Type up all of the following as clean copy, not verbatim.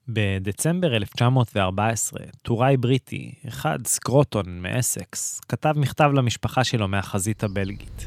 בדצמבר 1914, טוראי בריטי, אחד סקרוטון מאסקס, כתב מכתב למשפחה שלו מהחזית הבלגית.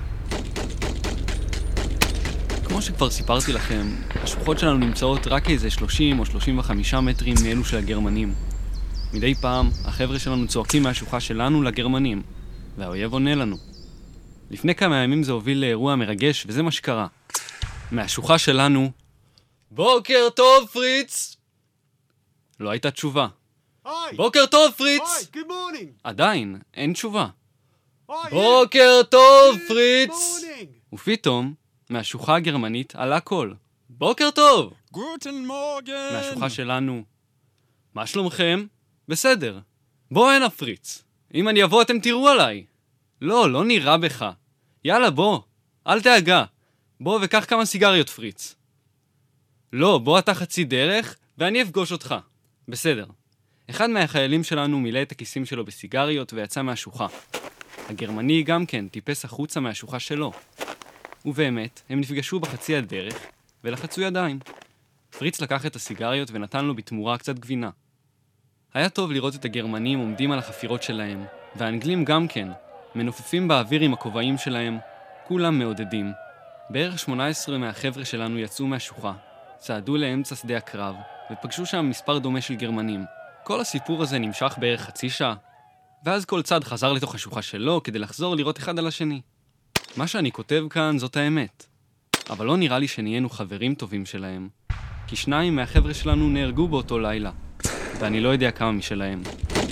כמו שכבר סיפרתי לכם, השוחות שלנו נמצאות רק איזה 30 או 35 מטרים מאלו של הגרמנים. מדי פעם, החבר'ה שלנו צועקים מהשוחה שלנו לגרמנים, והאויב עונה לנו. לפני כמה ימים זה הוביל לאירוע מרגש, וזה מה שקרה. מהשוחה שלנו, בוקר טוב פריץ! לא הייתה תשובה. בוקר טוב פריץ! עדיין, אין תשובה. בוקר טוב פריץ! ופתאום, מהשוחה הגרמנית עלה קול. בוקר טוב! גוטן מורגן! מהשוחה שלנו, מה שלומכם? בסדר. בוא הנה פריץ. אם אני אבוא אתם תראו עליי. לא נראה בך. יאללה בוא, אל תאגע. בוא וקח כמה סיגריות פריץ. לא, בוא אתה חצי דרך ואני אפגוש אותך. בסדר. אחד מהחיילים שלנו מילא את הכיסים שלו בסיגריות ויצא מהשוחה. הגרמני גם כן טיפס החוצה מהשוחה שלו. ובאמת, הם נפגשו בחצי הדרך ולחצו ידיים. פריץ לקח את הסיגריות ונתן לו בתמורה קצת גבינה. היה טוב לראות את הגרמנים עומדים על החפירות שלהם, והאנגלים גם כן, מנופפים באוויר עם הכובעים שלהם, כולם מעודדים. בערך 18 מהחבר'ה שלנו יצאו מהשוחה, צעדו לאמצע שדה הקרב, ופגשו שם מספר דומה של גרמנים. כל הסיפור הזה נמשך בערך חצי שעה, ואז כל צד חזר לתוך השוחה שלו כדי לחזור לראות אחד על השני. מה שאני כותב כאן זאת האמת, אבל לא נראה לי שנהיינו חברים טובים שלהם, כי 2 מהחבר'ה שלנו נהרגו באותו לילה, ואני לא יודע כמה משלהם.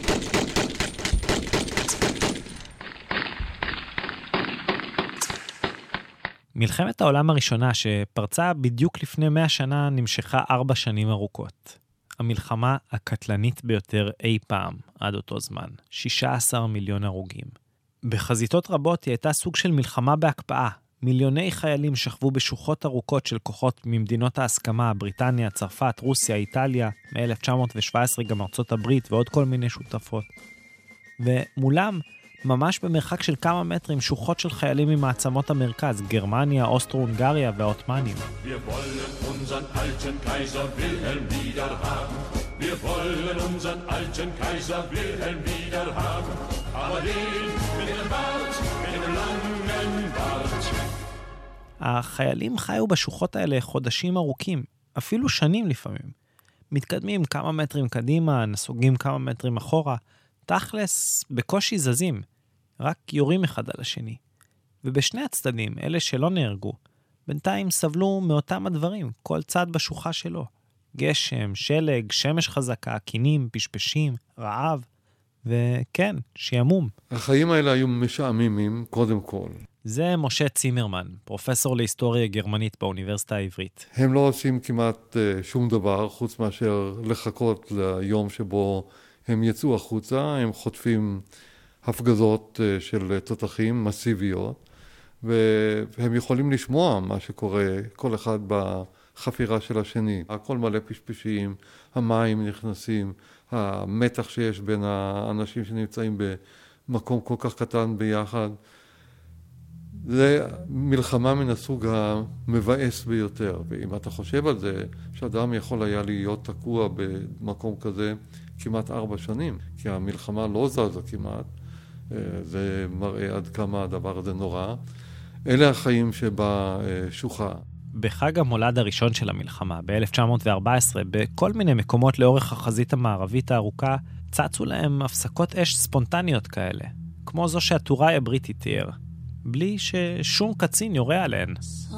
מלחמת העולם הראשונה שפרצה בדיוק לפני 100 שנה נמשכה 4 שנים ארוכות. המלחמה הקטלנית ביותר אי פעם עד אותו זמן, 16 מיליון הרוגים. בחזיתות רבות היא הייתה סוג של מלחמה בהקפאה. מיליוני חיילים שכבו בשוחות ארוכות של כוחות ממדינות ההסכמה, בריטניה, צרפת, רוסיה, איטליה, מ-1917 גם ארצות הברית ועוד כל מיני שותפות. ומולם, ממש במרחק של כמה מטרים, שוחות של חיילים ממעצמות המרכז, גרמניה, אוסטרו-הונגריה והעות'מאנים. Wir wollen unseren alten Kaiser Wilhelm wieder haben. Wir wollen unseren alten Kaiser Wilhelm wieder haben. Aber den mit dem Bart, mit dem langen Bart. החיילים חיו בשוחות האלה חודשים ארוכים, אפילו שנים לפעמים. מתקדמים כמה מטרים קדימה, נסוגים כמה מטרים אחורה, תכלס בקושי זזים, רק יורים אחד על השני. ובשני הצדדים, אלה שלא נהרגו, בינתיים סבלו מאותם הדברים, כל צד בשוחה שלו. גשם, שלג, שמש חזקה, קינים, פשפשים, רעב, וכן, שימום. החיים האלה היו משעממים, קודם כל. זה משה צימרמן, פרופסור להיסטוריה גרמנית באוניברסיטה העברית. הם לא עושים כמעט שום דבר, חוץ מאשר לחכות ליום שבו הם יצאו החוצה, הם חוטפים הפגזות של תותחים מסיביות, והם יכולים לשמוע מה שקורה, כל אחד בחפירה של השני. הכל מלא פשפשים, המים נכנסים, המתח שיש בין האנשים שנמצאים במקום כל כך קטן ביחד. זה מלחמה מן הסוג המבאס ביותר, ואם אתה חושב על זה, שאדם יכול היה להיות תקוע במקום כזה כמעט 4 שנים, כי המלחמה לא זזה כמעט, זה מראה עד כמה הדבר הזה נורא. אלה החיים שבשוחה. בחג המולד הראשון של המלחמה, ב-1914, בכל מיני מקומות לאורך החזית המערבית הארוכה, צצו להם הפסקות אש ספונטניות כאלה, כמו זו שהטוראי הבריטי תיאר, בלי ששום קצין יורה עליהן.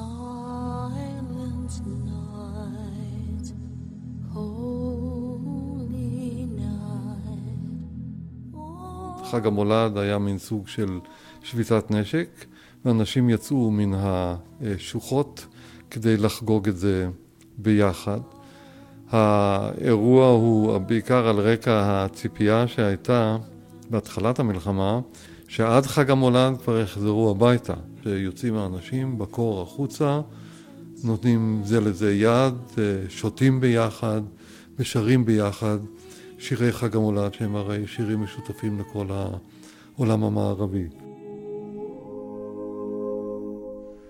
חג המולד היה מין סוג של שביתת נשק, ואנשים יצאו מן השוחות כדי לחגוג את זה ביחד. האירוע הוא בעיקר על רקע הציפייה שהייתה בהתחלת המלחמה, שעד חג המולד כבר יחזרו הביתה, שיוצאים האנשים בקור החוצה, נותנים זה לזה יד, שותים ביחד, ושרים ביחד שירי חג המולד, שהם הרי שירים משותפים לכל העולם המערבי.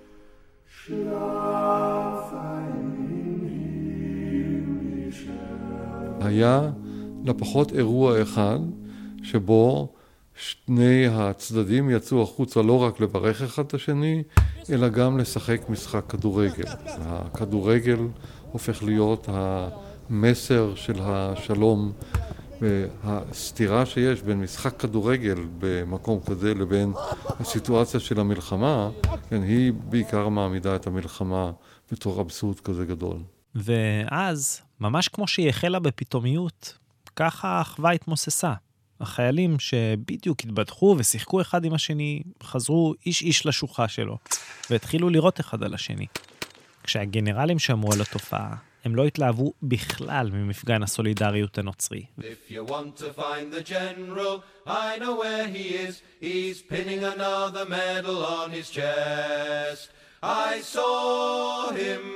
Schlaf ein himmlischer היה לפחות אירוע אחד שבו שני הצדדים יצאו החוצה לא רק לברך אחד את השני, אלא גם לשחק משחק כדורגל. הכדורגל הופך להיות המסר של השלום, והסתירה שיש בין משחק כדורגל במקום כזה לבין הסיטואציה של המלחמה, כן, היא בעיקר מעמידה את המלחמה בתור אבסורד כזה גדול. ואז, ממש כמו שהיא החלה בפתאומיות, ככה האחווה התמוססה. החיילים שבדיוק התבדחו ושיחקו אחד עם השני, חזרו איש לשוחה שלו, והתחילו לראות אחד על השני. כשהגנרלים שמעו על התופעה, הם לא התלהבו בכלל ממפגן הסולידריות הנוצרי. If you want to find the general, I know where he is. He's pinning another medal on his chest. I saw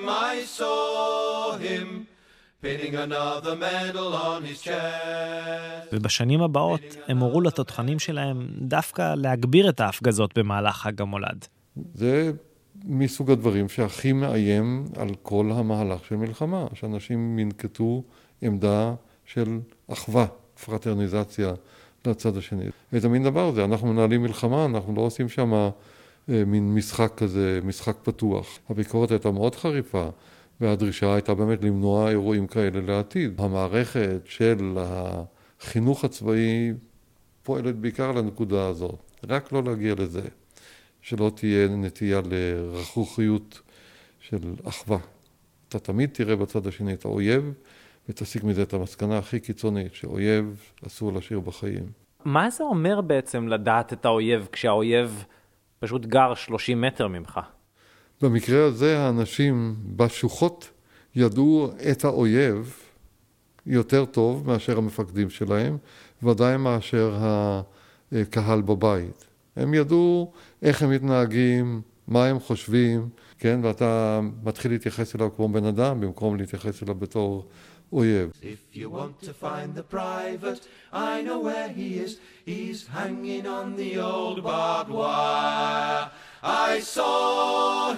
him, pinning another medal on his chest. ובשנים הבאות הם הורו לתותחנים שלהם דווקא להגביר את ההפגזות במהלך חג המולד. זה מסוג הדברים שהכי מאיים על כל המהלך של מלחמה, שאנשים ינקטו עמדה של אחווה, פרטרניזציה לצד השני. את המין דבר הזה, אנחנו מנהלים מלחמה, אנחנו לא עושים שם מין משחק כזה, משחק פתוח. הביקורת הייתה מאוד חריפה, והדרישה הייתה באמת למנוע אירועים כאלה לעתיד. המערכת של החינוך הצבאי פועלת בעיקר לנקודה הזאת, רק לא להגיע לזה. שלא תהיה נטייה לרכרוכיות של אחווה. אתה תמיד תראה בצד השני את האויב, ותסיק מזה את המסקנה הכי קיצונית, שאויב אסור להשאיר בחיים. מה זה אומר בעצם לדעת את האויב, כשהאויב פשוט גר 30 מטר ממך? במקרה הזה האנשים בשוחות ידעו את האויב יותר טוב מאשר המפקדים שלהם, ודאי מאשר הקהל בבית. הם ידעו איך הם מתנהגים, מה הם חושבים, כן? ואתה מתחיל להתייחס אליו כמו בן אדם, במקום להתייחס אליו בתור אויב. If you want to find the private, I know where he is. He's hanging on the old barbed wire. I saw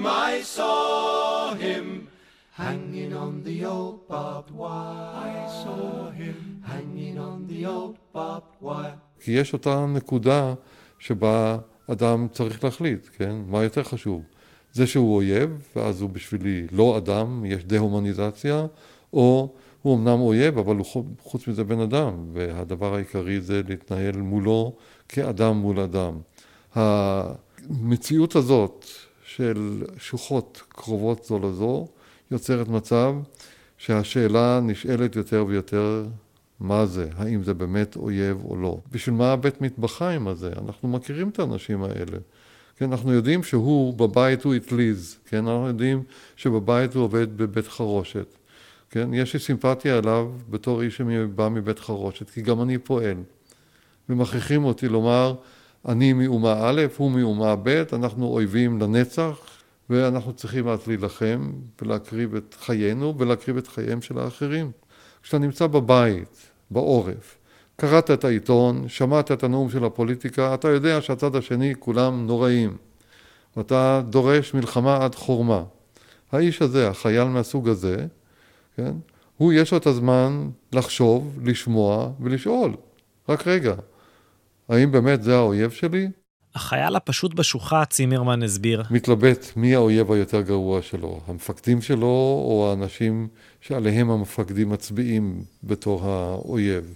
him, hanging on the old barbed wire. I saw him, hanging on the old barbed wire. כי יש אותה נקודה שבה אדם צריך להחליט, כן? מה יותר חשוב? זה שהוא אויב, ואז הוא בשבילי לא אדם, יש דה-הומניזציה, או הוא אמנם אויב, אבל הוא חוץ מזה בן אדם, והדבר העיקרי זה להתנהל מולו כאדם מול אדם. המציאות הזאת של שוחות קרובות זו לזו, יוצרת מצב שהשאלה נשאלת יותר ויותר, מה זה? האם זה באמת אויב או לא? בשביל מה הבית מטבחיים הזה? אנחנו מכירים את האנשים האלה. כן, אנחנו יודעים שהוא בבית הוא התליז. כן, אנחנו יודעים שבבית הוא עובד בבית חרושת. כן, יש לי סימפתיה עליו בתור איש שבא מבית חרושת, כי גם אני פועל. ומכריחים אותי לומר, אני מאומה א', הוא מאומה ב', אנחנו אויבים לנצח, ואנחנו צריכים להילחם ולהקריב את חיינו ולהקריב את חייהם של האחרים. כשאתה נמצא בבית, בעורף, קראת את העיתון, שמעת את הנאום של הפוליטיקה, אתה יודע שהצד השני כולם נוראים. ואתה דורש מלחמה עד חורמה. האיש הזה, החייל מהסוג הזה, כן? הוא יש לו את הזמן לחשוב, לשמוע ולשאול. רק רגע, האם באמת זה האויב שלי? החייל הפשוט בשוחה, צימרמן הסביר. מתלבט מי האויב היותר גרוע שלו, המפקדים שלו או האנשים שעליהם המפקדים מצביעים בתור האויב.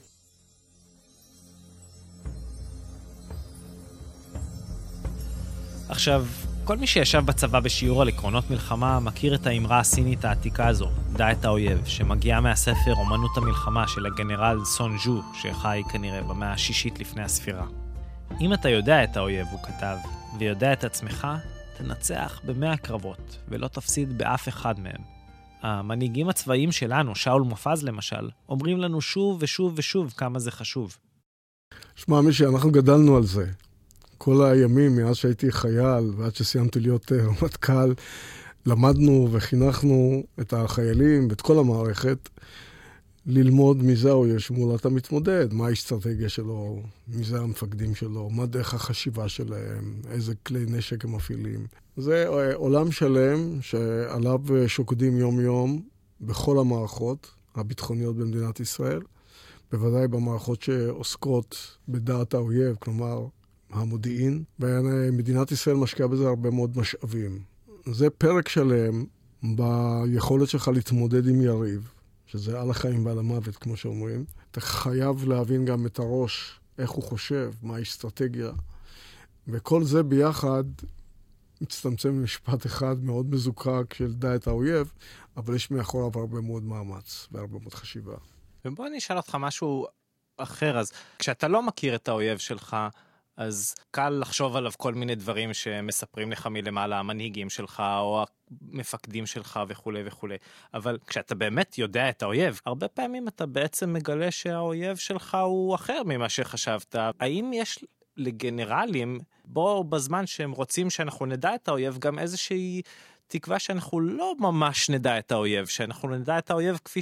עכשיו, כל מי שישב בצבא בשיעור על עקרונות מלחמה מכיר את האמרה הסינית העתיקה הזו, דע את האויב, שמגיעה מהספר אומנות המלחמה של הגנרל סון ז'ו, שחי כנראה במאה השישית לפני הספירה. אם אתה יודע את האויב, הוא כתב, ויודע את עצמך, תנצח ב100 קרבות, ולא תפסיד באף אחד מהם. המנהיגים הצבאיים שלנו, שאול מופז למשל, אומרים לנו שוב ושוב ושוב כמה זה חשוב. שמע מישי, אנחנו גדלנו על זה. כל הימים מאז שהייתי חייל ועד שסיימתי להיות רמטכ"ל, למדנו וחינכנו את החיילים ואת כל המערכת ללמוד מי זה האויב שמול אתה מתמודד, מה האסטרטגיה שלו, מי זה המפקדים שלו, מה דרך החשיבה שלהם, איזה כלי נשק הם מפעילים. זה עולם שלם שעליו שוקדים יום יום בכל המערכות. הביטחוניות במדינת ישראל, בוודאי במערכות שעוסקות בדעת האויב, כלומר המודיעין, ומדינת ישראל משקיעה בזה הרבה מאוד משאבים. זה פרק שלם ביכולת שלך להתמודד עם יריב, שזה על החיים ועל המוות, כמו שאומרים. אתה חייב להבין גם את הראש, איך הוא חושב, מה האסטרטגיה, וכל זה ביחד מצטמצם במשפט אחד מאוד מזוקק של דע את האויב, אבל יש מאחוריו הרבה מאוד מאמץ והרבה מאוד חשיבה. ובוא אני אשאל אותך משהו אחר, אז כשאתה לא מכיר את האויב שלך, אז קל לחשוב עליו כל מיני דברים שמספרים לך מלמעלה, המנהיגים שלך או המפקדים שלך וכו' וכו'. אבל כשאתה באמת יודע את האויב, הרבה פעמים אתה בעצם מגלה שהאויב שלך הוא אחר ממה שחשבת. האם יש לגנרלים, בזמן שהם רוצים שאנחנו נדע את האויב, גם איזושהי תקווה שאנחנו לא ממש נדע את האויב, שאנחנו נדע את האויב כפי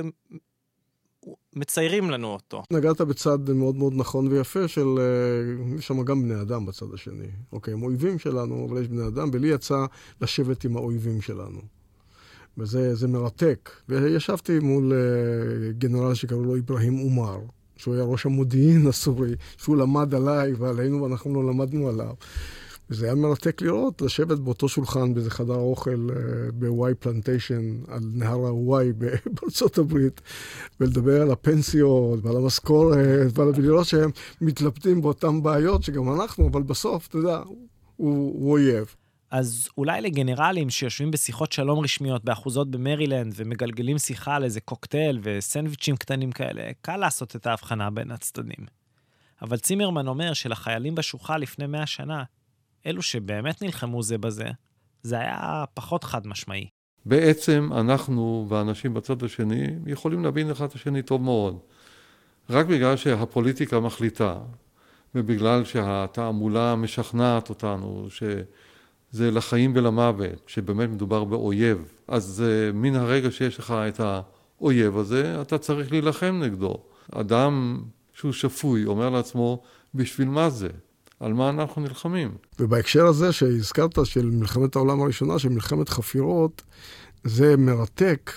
מציירים לנו אותו. נגעת בצד מאוד מאוד נכון ויפה של, יש שם גם בני אדם בצד השני. אוקיי, הם אויבים שלנו, אבל יש בני אדם, ולי יצא לשבת עם האויבים שלנו. וזה מרתק. וישבתי מול גנרל שקראו לו אברהים עומר, שהוא היה ראש המודיעין הסורי, שהוא למד עליי ועלינו ואנחנו לא למדנו עליו. וזה היה מרתק לראות, לשבת באותו שולחן באיזה חדר אוכל בוואי פלנטיישן, על נהר הוואי בארצות הברית, ולדבר על הפנסיות ועל המשכורת, ולראות שהם מתלבטים באותם בעיות שגם אנחנו, אבל בסוף, אתה יודע, הוא אויב. אז אולי לגנרלים שיושבים בשיחות שלום רשמיות באחוזות במרילנד, ומגלגלים שיחה על איזה קוקטייל וסנדוויצ'ים קטנים כאלה, קל לעשות את ההבחנה בין הצדדים. אבל צימרמן אומר שלחיילים בשוחה לפני 100 שנה, אלו שבאמת נלחמו זה בזה, זה היה פחות חד משמעי. בעצם אנחנו והאנשים בצד השני יכולים להבין אחד את השני טוב מאוד. רק בגלל שהפוליטיקה מחליטה, ובגלל שהתעמולה משכנעת אותנו, שזה לחיים ולמוות, שבאמת מדובר באויב, אז מן הרגע שיש לך את האויב הזה, אתה צריך להילחם נגדו. אדם שהוא שפוי אומר לעצמו, בשביל מה זה? על מה אנחנו נלחמים. ובהקשר הזה שהזכרת של מלחמת העולם הראשונה, של מלחמת חפירות, זה מרתק,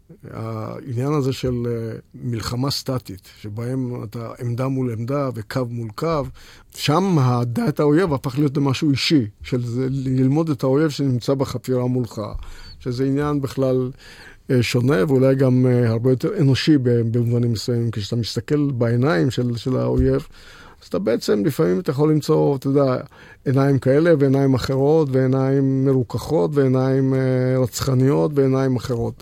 העניין הזה של מלחמה סטטית, שבהם אתה עמדה מול עמדה וקו מול קו, שם הדע את האויב הפך להיות משהו אישי, של ללמוד את האויב שנמצא בחפירה מולך, שזה עניין בכלל שונה, ואולי גם הרבה יותר אנושי במובנים מסוימים, כשאתה מסתכל בעיניים של האויב, אז אתה בעצם לפעמים אתה יכול למצוא, אתה יודע, עיניים כאלה ועיניים אחרות, ועיניים מרוככות, ועיניים רצחניות, ועיניים אחרות.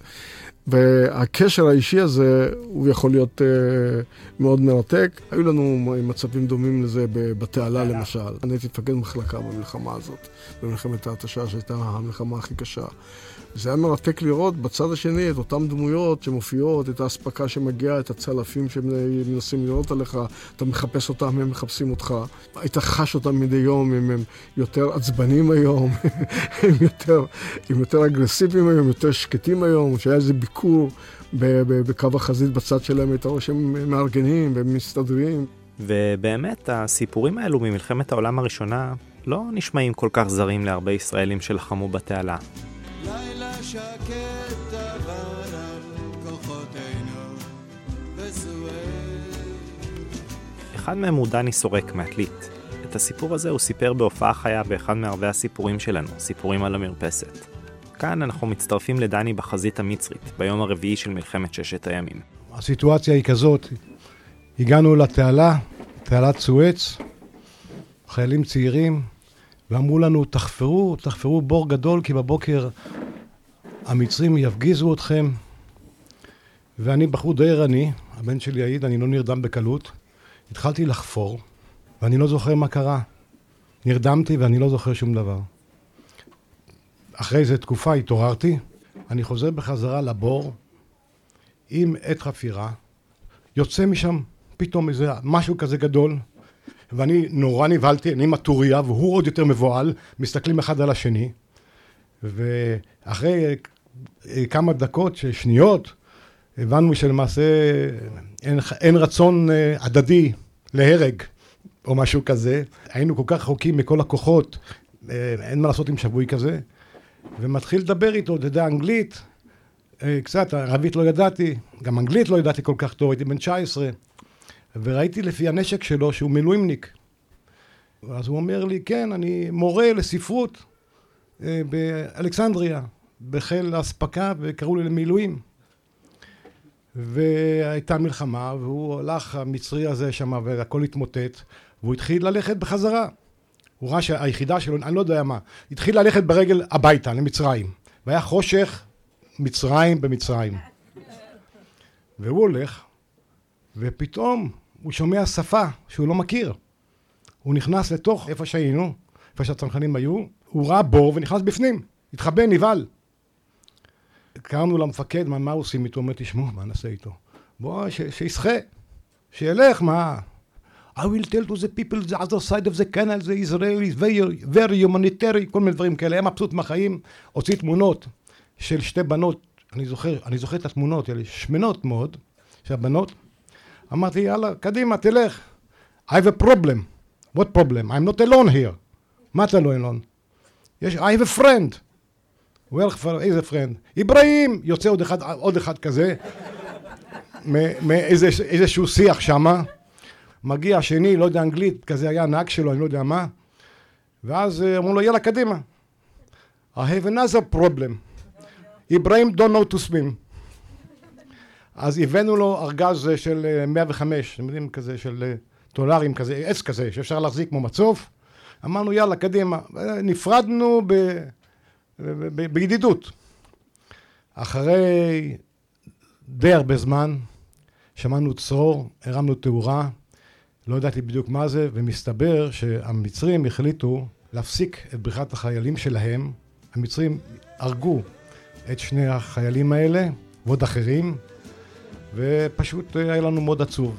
והקשר האישי הזה, הוא יכול להיות מאוד מרתק. היו לנו מצבים דומים לזה בתעלה למשל. אני הייתי מפקד מחלקה במלחמה הזאת, במלחמת ההתשה שהייתה המלחמה הכי קשה. זה היה מרתק לראות בצד השני את אותם דמויות שמופיעות, את ההספקה שמגיעה, את הצלפים שמנסים לראות עליך, אתה מחפש אותם, הם מחפשים אותך. היית חש אותם מדי יום, אם הם יותר עצבנים היום, הם יותר אגרסיביים היום, יותר שקטים היום, שהיה איזה ביקור בקו החזית בצד שלהם, היית רואה שהם מארגנים והם מסתדרים. ובאמת, הסיפורים האלו ממלחמת העולם הראשונה לא נשמעים כל כך זרים להרבה ישראלים שלחמו בתעלה. לילה שקט עבר על כוחותינו וסואל. אחד מהם הוא דני סורק מעתלית. את הסיפור הזה הוא סיפר בהופעה חיה באחד מערבי הסיפורים שלנו, סיפורים על המרפסת. כאן אנחנו מצטרפים לדני בחזית המצרית, ביום הרביעי של מלחמת ששת הימים. הסיטואציה היא כזאת, הגענו לתעלה, תעלת סואץ, חיילים צעירים, ואמרו לנו, תחפרו בור גדול, כי בבוקר המצרים יפגיזו אתכם. ואני בחור די ערני, הבן שלי יעיד, אני לא נרדם בקלות. התחלתי לחפור, ואני לא זוכר מה קרה. נרדמתי ואני לא זוכר שום דבר. אחרי איזו תקופה התעוררתי, אני חוזר בחזרה לבור, עם עת חפירה, יוצא משם פתאום איזה משהו כזה גדול, ואני נורא נבהלתי, אני מטוריה, והוא עוד יותר מבועל, מסתכלים אחד על השני, ואחרי כמה דקות, שניות, הבנו שלמעשה אין רצון הדדי להרג, או משהו כזה. היינו כל כך רחוקים מכל הכוחות, אין מה לעשות עם שבוי כזה, ומתחיל לדבר איתו, אתה יודע, אנגלית, קצת, ערבית לא ידעתי, גם אנגלית לא ידעתי כל כך טוב, הייתי בן 19, וראיתי לפי הנשק שלו שהוא מילואימניק. אז הוא אומר לי, כן, אני מורה לספרות באלכסנדריה, בחיל האספקה, וקראו לי למילואים. והייתה מלחמה, והוא הלך, המצרי הזה שם, והכל התמוטט, והוא התחיל ללכת בחזרה. הוא ראה שהיחידה שלו, אני לא יודע מה, התחיל ללכת ברגל הביתה, למצרים. והיה חושך מצרים במצרים. והוא הולך, ופתאום הוא שומע שפה שהוא לא מכיר. הוא נכנס לתוך איפה שהיינו, איפה שהצנחנים היו, הוא ראה בור ונכנס בפנים, התחבא, נבהל. קראנו למפקד, מה עושים איתו? אומר, תשמעו, מה נעשה איתו? בוא, שישחה, שילך, מה? I will tell to the people the other side of the canal, the Israelis, very humanitarian, כל מיני דברים כאלה. היה מבסוט מהחיים, הוציא תמונות של שתי בנות, אני זוכר את התמונות האלה, שמנות מאוד, של הבנות. אמרתי, יאללה, קדימה, תלך. I have a problem. What problem? I'm not alone here. מה אתה לא alone? I have a friend. איזה friend? אברהים! יוצא עוד אחד כזה, מאיזשהו שיח שמה. מגיע השני, לא יודע אנגלית, כזה היה נהג שלו, אני לא יודע מה. ואז אמרו לו, יאללה, קדימה. I have another problem. אברהים don't know to swim. אז הבאנו לו ארגז של 105, אתם יודעים, כזה של דולרים, כזה, עץ כזה, שאפשר להחזיק כמו מצוף. אמרנו, יאללה, קדימה. נפרדנו בידידות. אחרי די הרבה זמן, שמענו צרור, הרמנו תאורה, לא ידעתי בדיוק מה זה, ומסתבר שהמצרים החליטו להפסיק את בריחת החיילים שלהם. המצרים הרגו את שני החיילים האלה, ועוד אחרים, ופשוט היה לנו מאוד עצוב.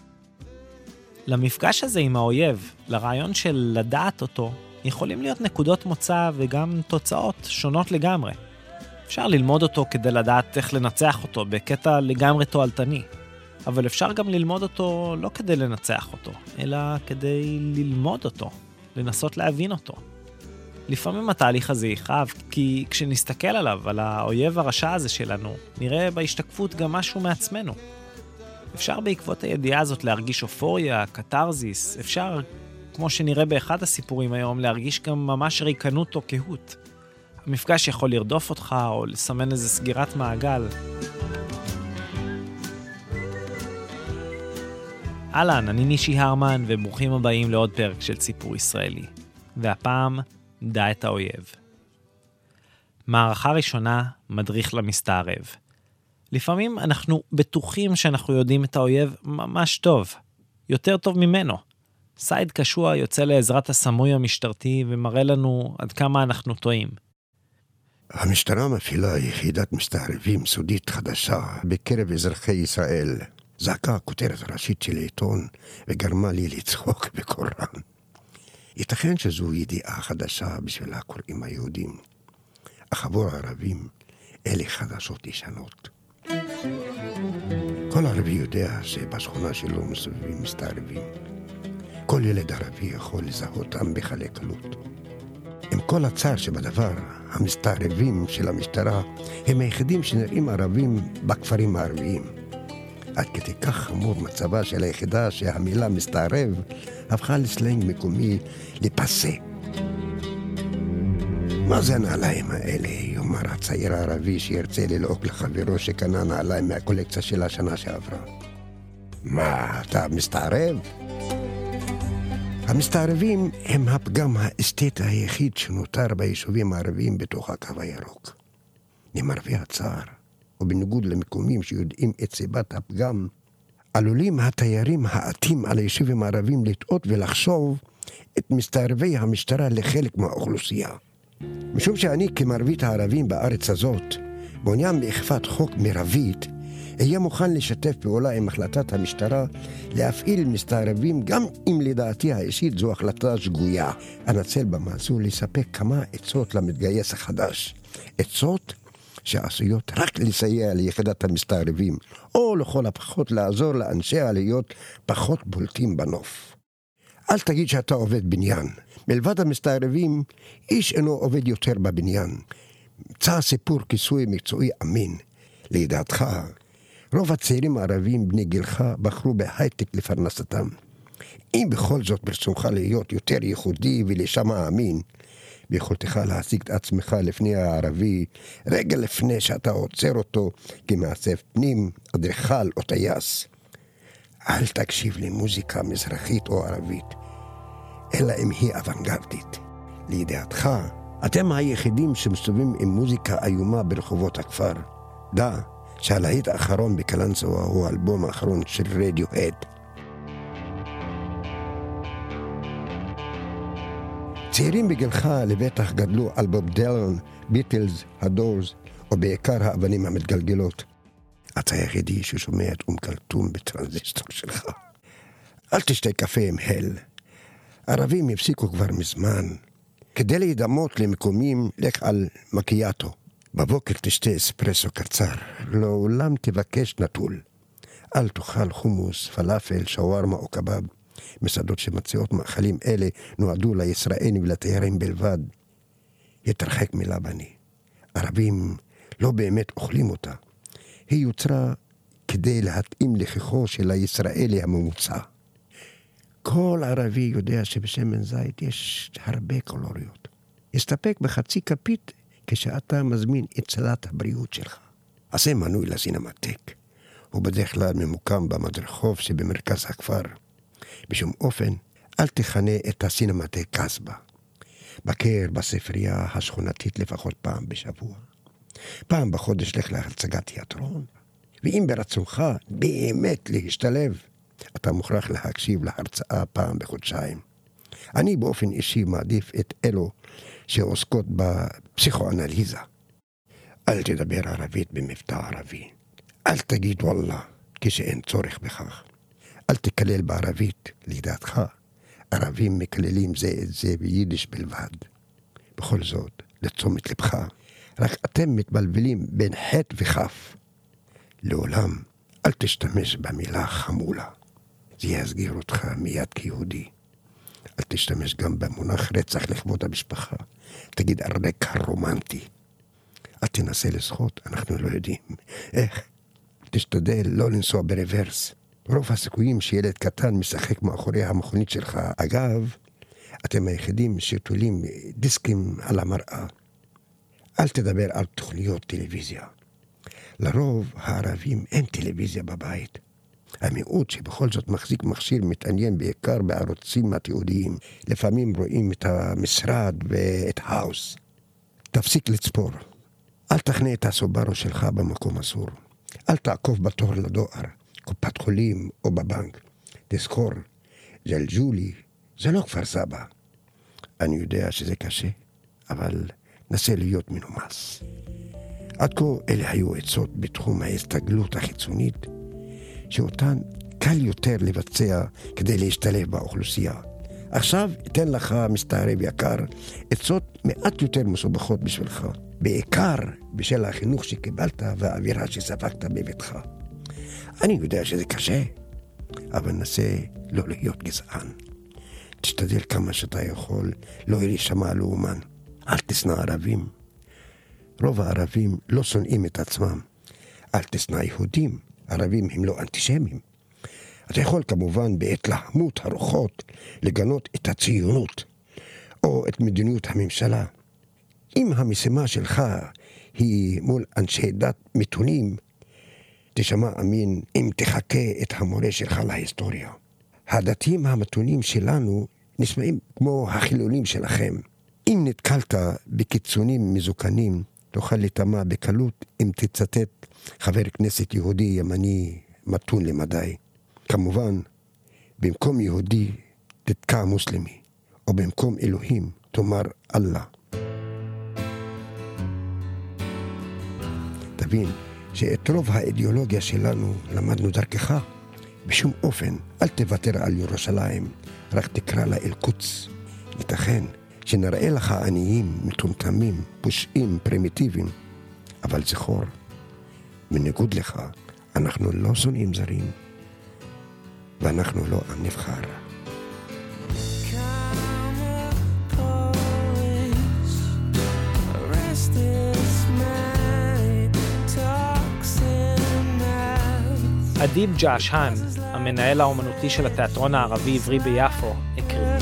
למפגש הזה עם האויב, לרעיון של לדעת אותו, יכולים להיות נקודות מוצא וגם תוצאות שונות לגמרי. אפשר ללמוד אותו כדי לדעת איך לנצח אותו בקטע לגמרי תועלתני. אבל אפשר גם ללמוד אותו לא כדי לנצח אותו, אלא כדי ללמוד אותו, לנסות להבין אותו. לפעמים התהליך הזה יכאב, כי כשנסתכל עליו, על האויב הרשע הזה שלנו, נראה בהשתקפות גם משהו מעצמנו. אפשר בעקבות הידיעה הזאת להרגיש אופוריה, קטרזיס, אפשר, כמו שנראה באחד הסיפורים היום, להרגיש גם ממש ריקנות או קהות. המפגש יכול לרדוף אותך או לסמן איזה סגירת מעגל. אהלן, אני נישי הרמן, וברוכים הבאים לעוד פרק של סיפור ישראלי. והפעם, דע את האויב. מערכה ראשונה, מדריך למסתערב. לפעמים אנחנו בטוחים שאנחנו יודעים את האויב ממש טוב. יותר טוב ממנו. סייד קשוע יוצא לעזרת הסמוי המשטרתי ומראה לנו עד כמה אנחנו טועים. המשטרה מפעילה יחידת מסתערבים סודית חדשה בקרב אזרחי ישראל. זעקה הכותרת הראשית של העיתון וגרמה לי לצחוק בקורם. ייתכן שזו ידיעה חדשה בשביל הקוראים היהודים. אך עבור הערבים אלה חדשות ישנות. כל ערבי יודע שבשכונה שלו מסובבים מסתערבים. כל ילד ערבי יכול לזהותם בחלי קלות. עם כל הצער שבדבר, המסתערבים של המשטרה הם היחידים שנראים ערבים בכפרים הערביים. עד כדי כך חמור מצבה של היחידה שהמילה מסתערב הפכה לסלנג מקומי לפסה. מה זה הנעליים האלה? יאמר הצעיר הערבי שירצה ללעוק לחברו שקנה נעליים מהקולקציה של השנה שעברה. מה, אתה מסתערב? המסתערבים הם הפגם האסתטי היחיד שנותר ביישובים הערביים בתוך הקו הירוק. למרבה הצער, ובניגוד למקומים שיודעים את סיבת הפגם, עלולים התיירים העתים על היישובים הערבים לטעות ולחשוב את מסתערבי המשטרה לחלק מהאוכלוסייה. משום שאני כמרבית הערבים בארץ הזאת, מעוניין באכיפת חוק מרבית, אהיה מוכן לשתף פעולה עם החלטת המשטרה להפעיל מסתערבים, גם אם לדעתי האישית זו החלטה שגויה. אנצל במה זו לספק כמה עצות למתגייס החדש. עצות שעשויות רק לסייע ליחידת המסתערבים, או לכל הפחות לעזור לאנשיה להיות פחות בולטים בנוף. אל תגיד שאתה עובד בניין. מלבד המסתערבים, איש אינו עובד יותר בבניין. מצא סיפור כיסוי מקצועי אמין. לידעתך, רוב הצעירים הערבים בני גילך בחרו בהייטק לפרנסתם. אם בכל זאת ברצונך להיות יותר ייחודי ולשם האמין, ביכולתך להשיג את עצמך לפני הערבי, רגע לפני שאתה עוצר אותו כמעצב פנים, אדריכל או טייס. אל תקשיב למוזיקה מזרחית או ערבית, אלא אם היא אוונגרדית. לידיעתך, אתם היחידים שמסתובבים עם מוזיקה איומה ברחובות הכפר. דע שהלהיט האחרון בקלנסווה הוא האלבום האחרון של רדיוהד. צעירים בגילך לבטח גדלו על בוב דילן, ביטלס, הדורס, או בעיקר האבנים המתגלגלות. אתה היחידי ששומע את כלתום בטרנזיסטור שלך. אל תשתה קפה עם הל. ערבים הפסיקו כבר מזמן. כדי להידמות למקומים, לך על מקיאטו. בבוקר תשתה אספרסו קצר. לעולם תבקש נטול. אל תאכל חומוס, פלאפל, שווארמה או קבב. מסעדות שמציעות מאכלים אלה נועדו לישראלים ולתיירים בלבד. יתרחק מלבני. ערבים לא באמת אוכלים אותה. היא יוצרה כדי להתאים לכיחו של הישראלי הממוצע. כל ערבי יודע שבשמן זית יש הרבה קלוריות. יסתפק בחצי כפית כשאתה מזמין את סלט הבריאות שלך. עשה מנוי לסינמטק. הוא בדרך כלל ממוקם במדרחוב שבמרכז הכפר. בשום אופן, אל תכנה את הסינמטק קסבה. בקר בספרייה השכונתית לפחות פעם בשבוע. פעם בחודש לך להצגת תיאטרון. ואם ברצונך באמת להשתלב, אתה מוכרח להקשיב להרצאה פעם בחודשיים. אני באופן אישי מעדיף את אלו שעוסקות בפסיכואנליזה. אל תדבר ערבית במבטא ערבי. אל תגיד וואלה כשאין צורך בכך. אל תקלל בערבית, לידעתך. ערבים מקללים זה את זה ביידיש בלבד. בכל זאת, לתשומת לבך, רק אתם מתבלבלים בין חטא וחף. לעולם, אל תשתמש במילה חמולה. זה יסגיר אותך מיד כיהודי. אל תשתמש גם במונח רצח לכבוד המשפחה. תגיד על רקע רומנטי. אל תנסה לשחות, אנחנו לא יודעים. איך? תשתדל לא לנסוע ברוורס. רוב הסיכויים שילד קטן משחק מאחורי המכונית שלך. אגב, אתם היחידים שתולים דיסקים על המראה. אל תדבר על תוכניות טלוויזיה. לרוב הערבים אין טלוויזיה בבית. המיעוט שבכל זאת מחזיק מכשיר מתעניין בעיקר בערוצים התיעודיים. לפעמים רואים את המשרד ואת האוס. תפסיק לצפור. אל תכנה את הסוברו שלך במקום אסור. אל תעקוב בתור לדואר, קופת חולים או בבנק. תזכור, ג'לג'ולי זה לא כפר סבא. אני יודע שזה קשה, אבל נסה להיות מנומס. עד כה אלה היו עצות בתחום ההסתגלות החיצונית, שאותן קל יותר לבצע כדי להשתלב באוכלוסייה. עכשיו אתן לך, מסתערב יקר, עצות מעט יותר מסובכות בשבילך. בעיקר בשל החינוך שקיבלת והאווירה שספגת בביתך. אני יודע שזה קשה, אבל נסה לא להיות גזען. תשתדל כמה שאתה יכול, לא להישמע לאומן. אל תשנא ערבים. רוב הערבים לא שונאים את עצמם. אל תשנא יהודים. ערבים הם לא אנטישמים. אתה יכול כמובן בהתלהמות הרוחות לגנות את הציונות או את מדיניות הממשלה. אם המשימה שלך היא מול אנשי דת מתונים, תשמע אמין אם תחכה את המורה שלך להיסטוריה. הדתיים המתונים שלנו נשמעים כמו החילונים שלכם. אם נתקלת בקיצונים מזוקנים, תוכל לטמע בקלות אם תצטט חבר כנסת יהודי ימני מתון למדי. כמובן, במקום יהודי תתקע מוסלמי, או במקום אלוהים תאמר אללה. תבין שאת רוב האידיאולוגיה שלנו למדנו דרכך. בשום אופן אל תוותר על ירושלים, רק תקרא לה אל-קודס. ייתכן שנראה לך עניים, מטומטמים, פושעים, פרימיטיביים, אבל זכור, בניגוד לך, אנחנו לא שונאים זרים, ואנחנו לא עם נבחר. Toxic אדיב ג'עשן, המנהל האומנותי של התיאטרון הערבי-עברי ביפו, הקריא.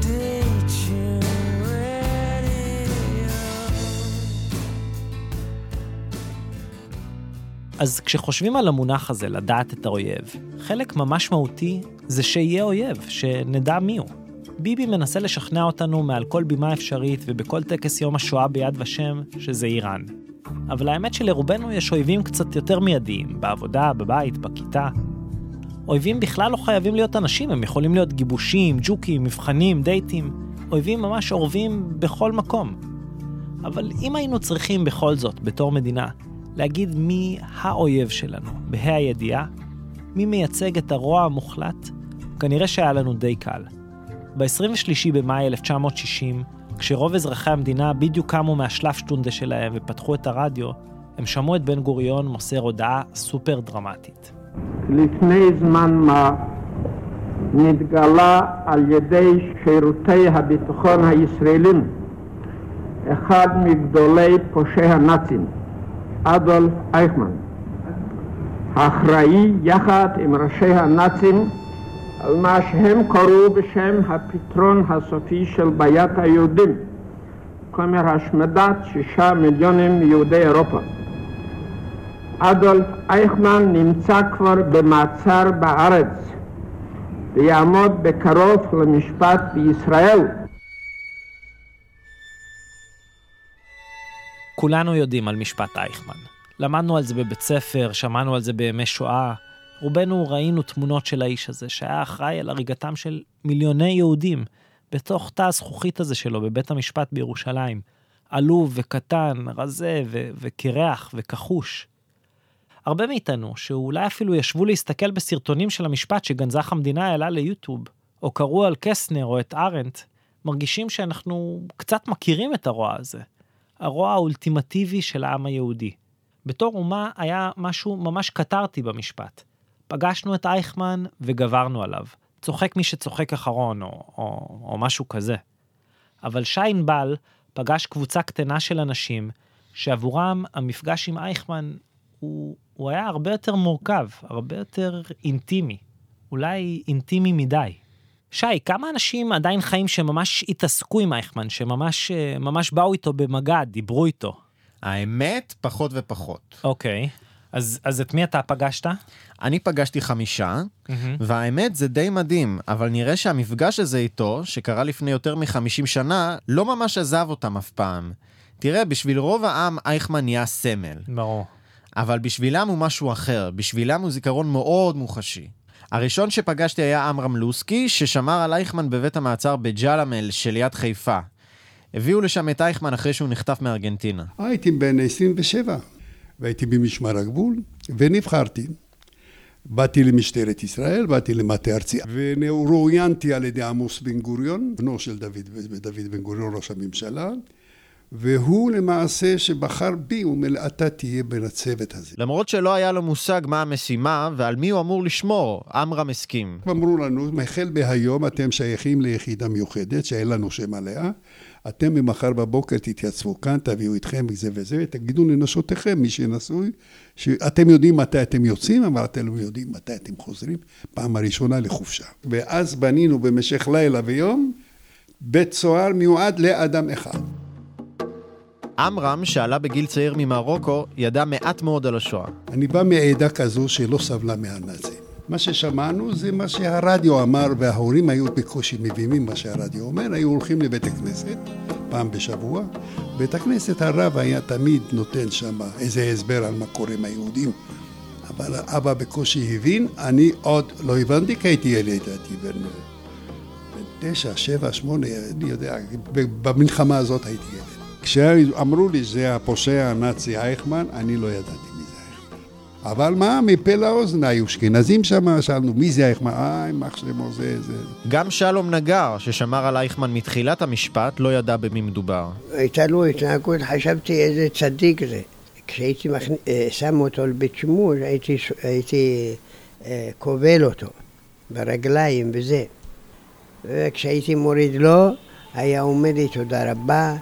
אז כשחושבים על המונח הזה, לדעת את האויב, חלק ממש מהותי זה שיהיה אויב, שנדע מי הוא. ביבי מנסה לשכנע אותנו מעל כל בימה אפשרית ובכל טקס יום השואה ביד ושם שזה איראן. אבל האמת שלרובנו יש אויבים קצת יותר מיידיים, בעבודה, בבית, בכיתה. אויבים בכלל לא חייבים להיות אנשים, הם יכולים להיות גיבושים, ג'וקים, מבחנים, דייטים. אויבים ממש אורבים בכל מקום. אבל אם היינו צריכים בכל זאת, בתור מדינה, להגיד מי האויב שלנו, בה"א הידיעה, מי מייצג את הרוע המוחלט, כנראה שהיה לנו די קל. ב-23 במאי 1960, כשרוב אזרחי המדינה בדיוק קמו מהשלפשטונדה שלהם ופתחו את הרדיו, הם שמעו את בן גוריון מוסר הודעה סופר דרמטית. לפני זמן מה נתגלה על ידי שירותי הביטחון הישראלים אחד מגדולי פושעי הנאצים, אדולף אייכמן, האחראי יחד עם ראשי הנאצים על מה שהם קראו בשם הפתרון הסופי של בעיית היהודים, כלומר השמדת 6 מיליונים מיהודי אירופה. אדולף אייכמן נמצא כבר במעצר בארץ ויעמוד בקרוב למשפט בישראל. כולנו יודעים על משפט אייכמן. למדנו על זה בבית ספר, שמענו על זה בימי שואה. רובנו ראינו תמונות של האיש הזה, שהיה אחראי על הריגתם של מיליוני יהודים, בתוך תא הזכוכית הזה שלו, בבית המשפט בירושלים. עלוב וקטן, רזה וקרח וכחוש. הרבה מאיתנו, שאולי אפילו ישבו להסתכל בסרטונים של המשפט שגנזך המדינה העלה ליוטיוב, או קראו על קסנר או את ארנט, מרגישים שאנחנו קצת מכירים את הרוע הזה. הרוע האולטימטיבי של העם היהודי. בתור אומה היה משהו ממש קטרתי במשפט. פגשנו את אייכמן וגברנו עליו. צוחק מי שצוחק אחרון או משהו כזה. אבל שי ענבל פגש קבוצה קטנה של אנשים שעבורם המפגש עם אייכמן הוא היה הרבה יותר מורכב, הרבה יותר אינטימי. אולי אינטימי מדי. שי, כמה אנשים עדיין חיים שממש התעסקו עם אייכמן, שממש באו איתו במגע, דיברו איתו? האמת, פחות ופחות. אוקיי. אז את מי אתה פגשת? אני פגשתי 5, והאמת זה די מדהים, אבל נראה שהמפגש הזה איתו, שקרה לפני יותר מ-50 שנה, לא ממש עזב אותם אף פעם. תראה, בשביל רוב העם, אייכמן נהיה סמל. ברור. אבל בשבילם הוא משהו אחר, בשבילם הוא זיכרון מאוד מוחשי. הראשון שפגשתי היה עמרם לוסקי, ששמר על אייכמן בבית המעצר בג'למל שליד חיפה. הביאו לשם את אייכמן אחרי שהוא נחטף מארגנטינה. הייתי בן 27, והייתי במשמר הגבול, ונבחרתי. באתי למשטרת ישראל, באתי למטה ארצי, ורואיינתי על ידי עמוס בן גוריון, בנו של דוד בן גוריון, ראש הממשלה, והוא למעשה שבחר בי, הוא אומר, אתה תהיה בין הצוות הזה. למרות שלא היה לו מושג מה המשימה ועל מי הוא אמור לשמור, עמרם הסכים. אמרו לנו, מחל בהיום אתם שייכים ליחידה מיוחדת, שאין לנו שם עליה, אתם ממחר בבוקר תתייצבו כאן, תביאו איתכם וזה וזה, תגידו לנשותיכם, מי שנשוי, שאתם יודעים מתי אתם יוצאים, אבל אתם לא יודעים מתי אתם חוזרים, פעם הראשונה לחופשה. ואז בנינו במשך לילה ויום, בית סוהר מיועד לאדם אחד. עמרם, שעלה בגיל צעיר ממרוקו, ידע מעט מאוד על השואה. אני בא מעדה כזו שלא סבלה מהנאצים. מה ששמענו זה מה שהרדיו אמר, וההורים היו בקושי מבינים מה שהרדיו אומר, היו הולכים לבית הכנסת, פעם בשבוע. בית הכנסת הרב היה תמיד נותן שם איזה הסבר על מה קורה עם היהודים. אבל אבא בקושי הבין, אני עוד לא הבנתי, כי הייתי ילד, הייתי בן 9, 7, 8, אני יודע, במלחמה הזאת הייתי ילד. כשאמרו לי זה הפושע הנאצי אייכמן, אני לא ידעתי מי זה אייכמן. אבל מה, מפה לאוזן, היו אשכנזים שם, שאלנו מי זה אייכמן, מח שמו זה. גם שלום נגר, ששמר על אייכמן מתחילת המשפט, לא ידע במי מדובר. הייתה לו התנהגות, חשבתי איזה צדיק זה. כשהייתי שם אותו לבית שימוש, הייתי כובל אותו ברגליים וזה. וכשהייתי מוריד לו, היה עומד לי תודה רבה,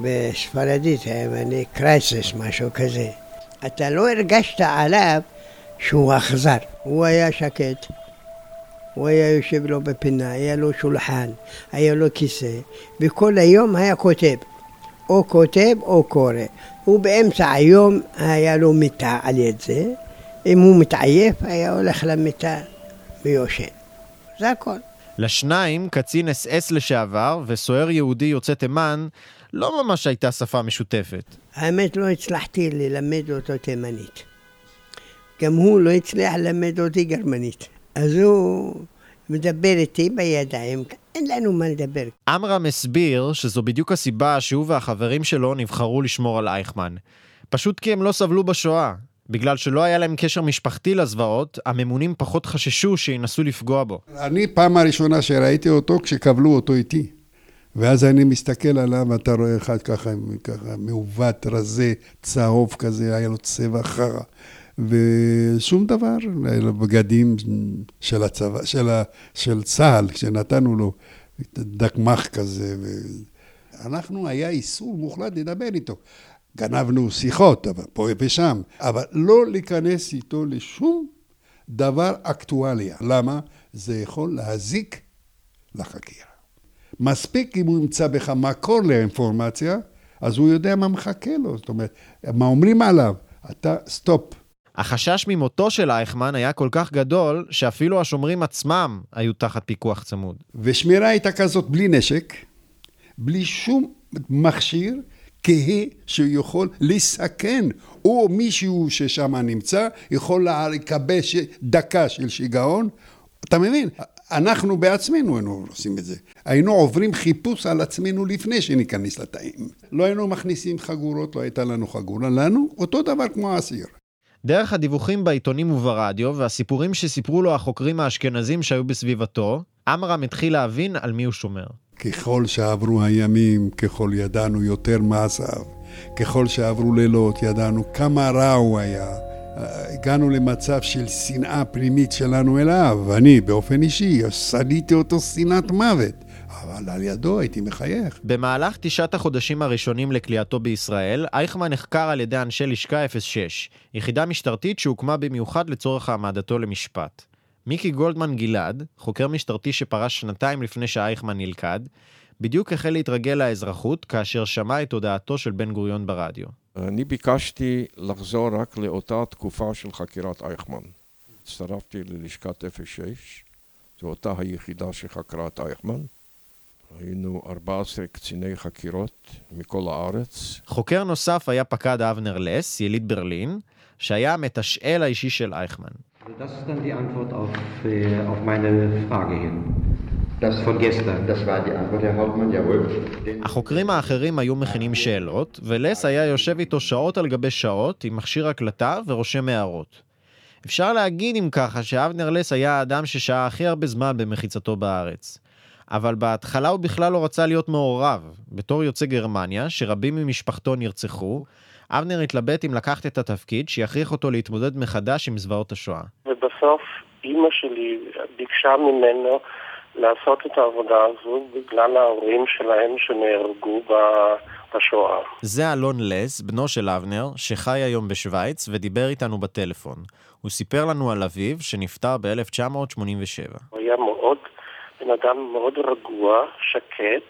בספרדית, אני קרייסס, משהו כזה. אתה לא הרגשת עליו שהוא אכזר. הוא היה שקט. הוא היה יושב לו בפינה, היה לו שולחן, היה לו כיסא, וכל היום היה כותב. או כותב או קורא. הוא באמצע היום היה לו מיטה על יד זה. אם הוא מתעייף, היה הולך למיטה ויושן. זה הכל. לשניים, קצין אס-אס לשעבר וסוער יהודי יוצא תימן, לא ממש הייתה שפה משותפת. האמת לא הצלחתי ללמד אותו תימנית. גם הוא לא הצליח ללמד אותי גרמנית. אז הוא מדבר איתי בידיים, אין לנו מה לדבר. עמרם הסביר שזו בדיוק הסיבה שהוא והחברים שלו נבחרו לשמור על אייכמן. פשוט כי הם לא סבלו בשואה. בגלל שלא היה להם קשר משפחתי לזוועות, הממונים פחות חששו שינסו לפגוע בו. אני פעם הראשונה שראיתי אותו כשקבלו אותו איתי. ואז אני מסתכל עליו, אתה רואה אחד ככה מעוות, רזה, צהוב כזה, היה לו צבע חרה. ושום דבר, בגדים של הצבא, של צהל, כשנתנו לו דקמח כזה. אנחנו, היה איסור מוחלט לדבר איתו. גנבנו שיחות, פה ושם, אבל לא להיכנס איתו לשום דבר אקטואליה. למה? זה יכול להזיק לחקירה. מספיק אם הוא ימצא בך מקור לאינפורמציה, אז הוא יודע מה מחכה לו. זאת אומרת, מה אומרים עליו? אתה סטופ. החשש ממותו של אייכמן היה כל כך גדול, שאפילו השומרים עצמם היו תחת פיקוח צמוד. ושמירה הייתה כזאת בלי נשק, בלי שום מכשיר, שיכול לסכן, או מישהו ששם נמצא, יכול לקבל דקה של שיגעון. אתה מבין? אנחנו בעצמנו היינו עושים את זה. היינו עוברים חיפוש על עצמנו לפני שניכנס לתאים. לא היינו מכניסים חגורות, לא הייתה לנו חגורה. לנו אותו דבר כמו האסיר. דרך הדיווחים בעיתונים וברדיו והסיפורים שסיפרו לו החוקרים האשכנזים שהיו בסביבתו, עמרם התחיל להבין על מי הוא שומר. ככל שעברו הימים, ככל ידענו יותר מעשיו. ככל שעברו לילות, ידענו כמה רע הוא היה. הגענו למצב של שנאה פנימית שלנו אליו. ואני באופן אישי, סניתי אותו שנאת מוות. אבל על ידו הייתי מחייך. במהלך 9 החודשים הראשונים לקליעתו בישראל, אייכמן נחקר על ידי אנשי לשכה 06, יחידה משטרתית שהוקמה במיוחד לצורך העמדתו למשפט. מיקי גולדמן גלעד, חוקר משטרתי שפרש 2 לפני שאייכמן נלכד, בדיוק החל להתרגל לאזרחות כאשר שמע את הודעתו של בן גוריון ברדיו. אני ביקשתי לחזור רק לאותה תקופה של חקירת אייכמן. הצטרפתי ללשכת 06, זו אותה היחידה שחקרה את אייכמן. היינו 14 קציני חקירות מכל הארץ. חוקר נוסף היה פקד אבנר לס, יליד ברלין, שהיה המתשאל האישי של אייכמן. Das ist dann die Antwort auf meine Frage hin. Das von gestern. Das war die Antwort, Herr Hauptmann, jawohl. החוקרים האחרים היו מכינים שאלות, ולס היה יושב איתו שעות על גבי שעות עם מכשיר הקלטה ורושם הערות. אפשר להגיד אם ככה שאבנר לס היה האדם ששעה הכי הרבה זמן במחיצתו בארץ. אבל בהתחלה הוא בכלל לא רצה להיות מעורב. בתור יוצא גרמניה, שרבים ממשפחתו נרצחו, אבנר התלבט אם לקחת את התפקיד שיכריח אותו להתמודד מחדש עם זוועות השואה. ובסוף אמא שלי ביקשה ממנו לעשות את העבודה הזו בגלל ההורים שלהם שנהרגו בשואה. זה אלון לס, בנו של אבנר, שחי היום בשוויץ ודיבר איתנו בטלפון. הוא סיפר לנו על אביו שנפטר ב-1987. הוא היה בן אדם מאוד רגוע, שקט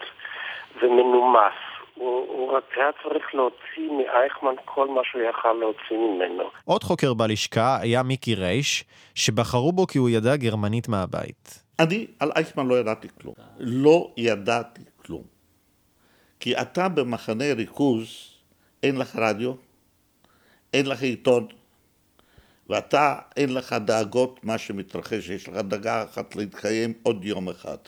ומנומס. הוא רק היה צריך להוציא מאייכמן כל מה שהוא יכל להוציא ממנו. עוד חוקר בלשכה היה מיקי רייש, שבחרו בו כי הוא ידע גרמנית מהבית. אני על אייכמן לא ידעתי כלום. לא ידעתי כלום. כי אתה במחנה ריכוז, אין לך רדיו, אין לך עיתון, ואתה אין לך דאגות מה שמתרחש, יש לך דאגה אחת להתקיים עוד יום אחד.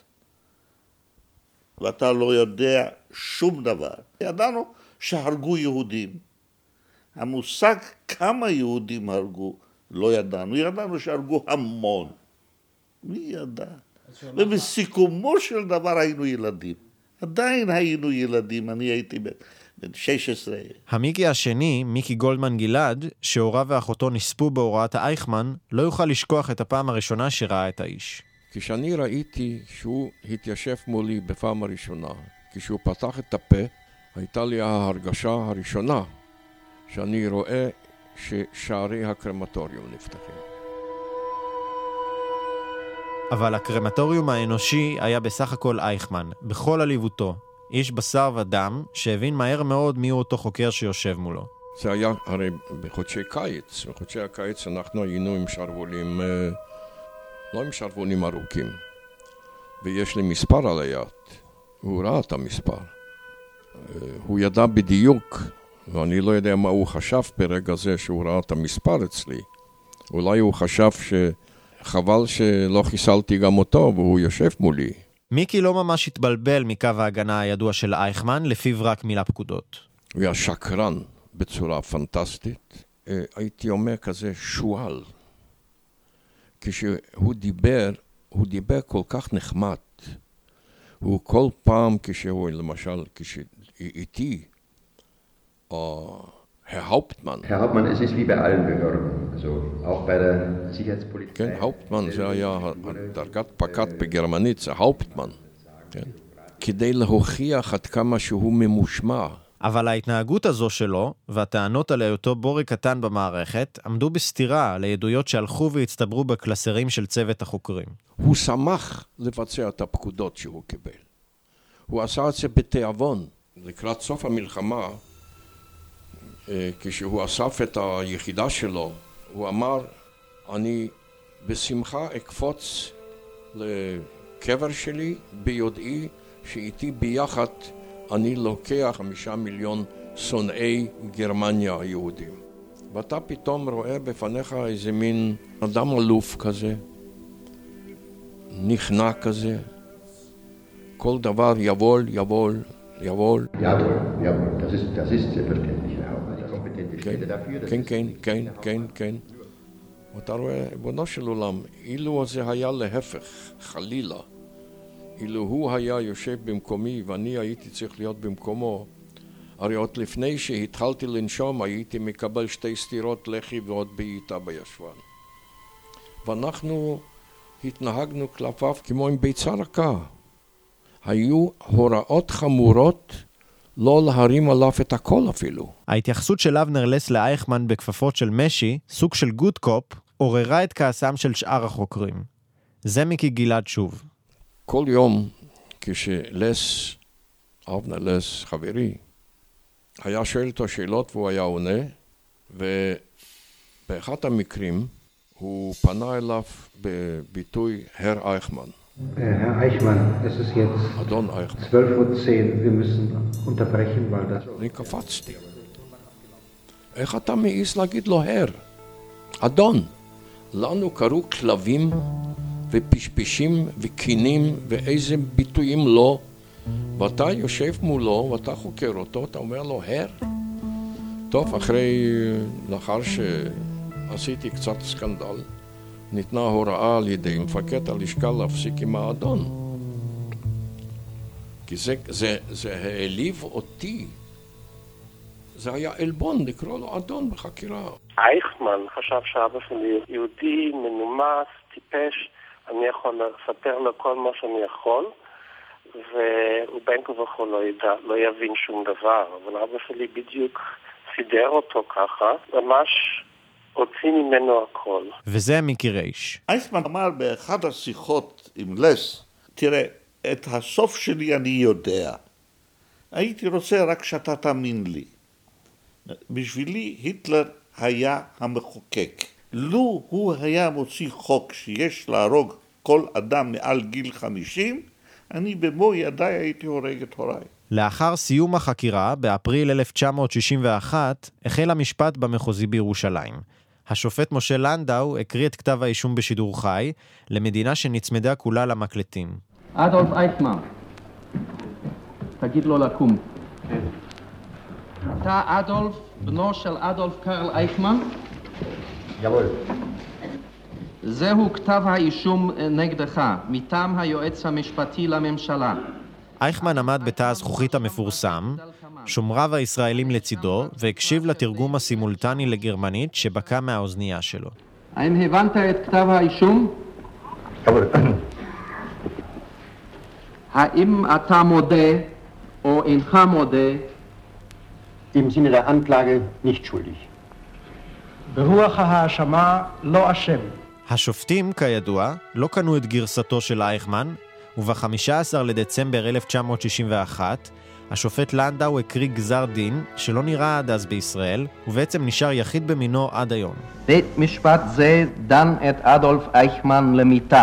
ואתה לא יודע שום דבר. ידענו שהרגו יהודים. המושג כמה יהודים הרגו לא ידענו. ידענו שהרגו המון. מי ידע? ובסיכומו של דבר היינו ילדים. עדיין היינו ילדים, אני הייתי בן 16. המיקי השני, מיקי גולדמן גלעד, שהוריו ואחותו נספו בהוראת האייכמן, לא יוכל לשכוח את הפעם הראשונה שראה את האיש. כשאני ראיתי שהוא התיישב מולי בפעם הראשונה, כשהוא פתח את הפה, הייתה לי ההרגשה הראשונה שאני רואה ששערי הקרמטוריום נפתחים. אבל הקרמטוריום האנושי היה בסך הכל אייכמן, בכל עליבותו. איש בשר ודם שהבין מהר מאוד מי הוא אותו חוקר שיושב מולו. זה היה הרי בחודשי קיץ. בחודשי הקיץ אנחנו היינו עם שרוולים, לא עם שרוולים ארוכים. ויש לי מספר על היד. הוא ראה את המספר. הוא ידע בדיוק, ואני לא יודע מה הוא חשב ברגע זה שהוא ראה את המספר אצלי. אולי הוא חשב שחבל שלא חיסלתי גם אותו, והוא יושב מולי. מיקי לא ממש התבלבל מקו ההגנה הידוע של אייכמן, לפיו רק מילה פקודות. הוא היה שקרן בצורה פנטסטית. הייתי אומר כזה שואל. כשהוא הוא דיבר כל כך נחמד. הוא כל פעם כשהוא, למשל, כשאיתי, Herr Hauptmann. Herr Hauptmann, es ist wie bei allen Behörden, also auch bei der Sicherheitspolizei. כן, Hauptmann זה היה דרגת פקד בגרמנית, זה Hauptmann. כן. כדי להוכיח עד כמה שהוא ממושמע. אבל ההתנהגות הזו שלו, והטענות על היותו בורג קטן במערכת, עמדו בסתירה לעדויות שהלכו והצטברו בקלסרים של צוות החוקרים. הוא שמח לבצע את הפקודות שהוא קיבל. הוא עשה את זה בתיאבון. לקראת סוף המלחמה, כשהוא אסף את היחידה שלו, הוא אמר, אני בשמחה אקפוץ לקבר שלי ביודעי שאיתי ביחד אני לוקח 5 מיליון שונאי גרמניה היהודים. ואתה פתאום רואה בפניך איזה מין אדם אלוף כזה, נכנע כזה, כל דבר יבול, יבול, יבול. Jawohl, das ist selbstverständlich. כן. ואתה רואה, בונו של עולם, אילו זה היה להפך, חלילה, אילו הוא היה יושב במקומי ואני הייתי צריך להיות במקומו, הרי עוד לפני שהתחלתי לנשום הייתי מקבל 2 סטירות לחי ועוד בעיטה בישבן. ואנחנו התנהגנו כלפיו כמו עם ביצה רכה. היו הוראות חמורות לא להרים עליו את הכל אפילו. ההתייחסות של אבנר לס לאייכמן בכפפות של משי, סוג של גוד קופ, עוררה את כעסם של שאר החוקרים. זה מיקי גלעד שוב. כל יום כשלס, אבנר לס, חברי, היה שואל אותו שאלות והוא היה עונה, ובאחד המקרים הוא פנה אליו בביטוי הר אייכמן. Herr Eichmann, es ist jetzt 12:10 Uhr. Wir müssen unterbrechen, weil das... אני קפצתי. איך אתה מעיז להגיד לו הר? אדון, לנו קראו כלבים ופשפשים וקינים ואיזה ביטויים לא, ואתה יושב מולו ואתה חוקר אותו, אתה אומר לו הר? טוב, לאחר שעשיתי קצת סקנדל, ניתנה הוראה על ידי מפקד הלשכה להפסיק עם האדון. כי זה העליב אותי. זה היה אלבון לקרוא לו אדון בחקירה. אייכמן חשב שאבא שלי יהודי, מנומס, טיפש, אני יכול לספר לו כל מה שאני יכול, והוא בין כה וכה לא יבין שום דבר. אבל אבא שלי בדיוק סידר אותו ככה, ממש הוציא ממנו הכל. וזה מיקי רייש. אייכמן אמר באחד השיחות עם לס, תראה, את הסוף שלי אני יודע. הייתי רוצה רק שאתה תאמין לי. בשבילי היטלר היה המחוקק. לו הוא היה מוציא חוק שיש להרוג כל אדם מעל גיל 50, אני במו ידיי הייתי הורג את הוריי. לאחר סיום החקירה, באפריל 1961, החל המשפט במחוזי בירושלים. השופט משה לנדאו הקריא את כתב האישום בשידור חי, למדינה שנצמדה כולה למקלטים. אדולף אייכמן, תגיד לו לקום. אתה אדולף, בנו של אדולף קרל אייכמן? יבול. זהו כתב האישום נגדך, מטעם היועץ המשפטי לממשלה. אייכמן עמד בתא הזכוכית המפורסם, שומריו הישראלים לצידו, והקשיב לתרגום הסימולטני לגרמנית שבקע מהאוזנייה שלו. האם הבנת את כתב האישום? האם אתה מודה או אינך מודה? Im Sinne der Anklage nicht schuldig. ברוח ההאשמה לא אשם. השופטים, כידוע, לא קנו את גרסתו של אייכמן, וב-15 לדצמבר 1961, השופט לנדאו הקריא גזר דין שלא נראה עד אז בישראל, ובעצם נשאר יחיד במינו עד היום. בית משפט זה דן את אדולף אייכמן למיתה.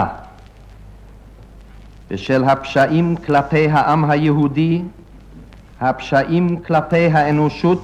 בשל הפשעים כלפי העם היהודי, הפשעים כלפי האנושות,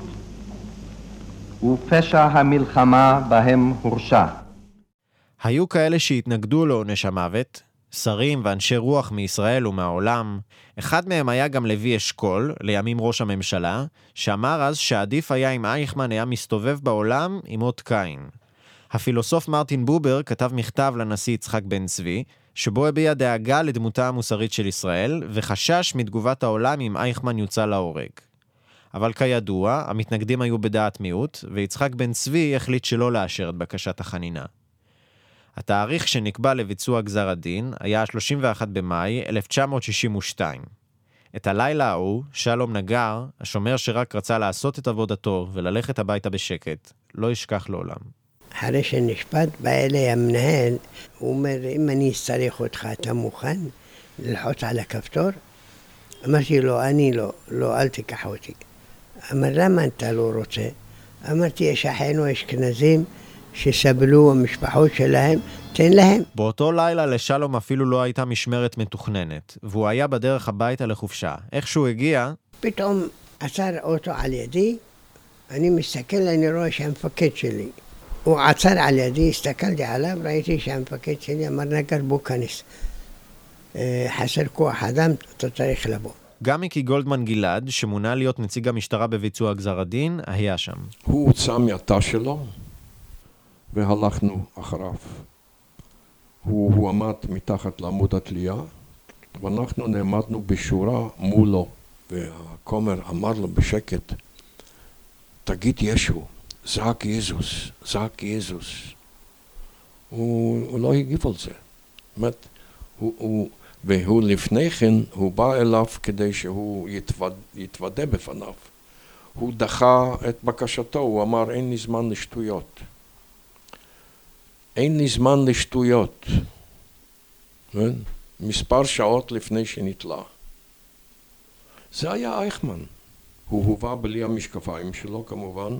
ופשע המלחמה בהם הורשע. היו כאלה שהתנגדו לעונש המוות, שרים ואנשי רוח מישראל ומהעולם. אחד מהם היה גם לוי אשכול, לימים ראש הממשלה, שאמר אז שעדיף היה אם אייכמן היה מסתובב בעולם עם אות קין. הפילוסוף מרטין בובר כתב מכתב לנשיא יצחק בן צבי, שבו הביע דאגה לדמותה המוסרית של ישראל, וחשש מתגובת העולם אם אייכמן יוצא להורג. אבל כידוע, המתנגדים היו בדעת מיעוט, ויצחק בן צבי החליט שלא לאשר את בקשת החנינה. התאריך שנקבע לביצוע גזר הדין היה 31 במאי 1962. את הלילה ההוא, שלום נגר, השומר שרק רצה לעשות את עבודתו וללכת הביתה בשקט, לא ישכח לעולם. אחרי שנשפט, בא אליי המנהל, הוא אומר, אם אני אצטרך אותך, אתה מוכן ללחוץ על הכפתור? אמרתי לו, אני לא, אל תיקח אותי. אמר, למה אתה לא רוצה? אמרתי, יש אחינו אשכנזים שסבלו המשפחות שלהם, תן להם. באותו לילה לשלום אפילו לא הייתה משמרת מתוכננת, והוא היה בדרך הביתה לחופשה. איך שהוא הגיע, פתאום עצר אוטו על ידי, אני מסתכל, אני רואה שהמפקד שלי. הוא עצר על ידי, הסתכלתי עליו, ראיתי שהמפקד שלי אמר, נגר בוא כנס. חסר כוח אדם, אתה צריך לבוא. גם מיקי גולדמן גלעד, שמונה להיות נציג המשטרה בביצוע גזר הדין, היה שם. הוא הוצא מהתא שלו, והלכנו אחריו. הוא עמד מתחת לעמוד התלייה, ואנחנו נעמדנו בשורה מולו, והכומר אמר לו בשקט, תגיד ישו, זעק יזוס, זעק יזוס. הוא לא הגיב על זה. באמת, והוא לפני כן, הוא בא אליו כדי שהוא יתוודה בפניו. הוא דחה את בקשתו, הוא אמר, אין לי זמן לשטויות. אין לי זמן לשטויות. מספר שעות לפני שנתלה. זה היה אייכמן. הוא הובא בלי המשקפיים שלו כמובן,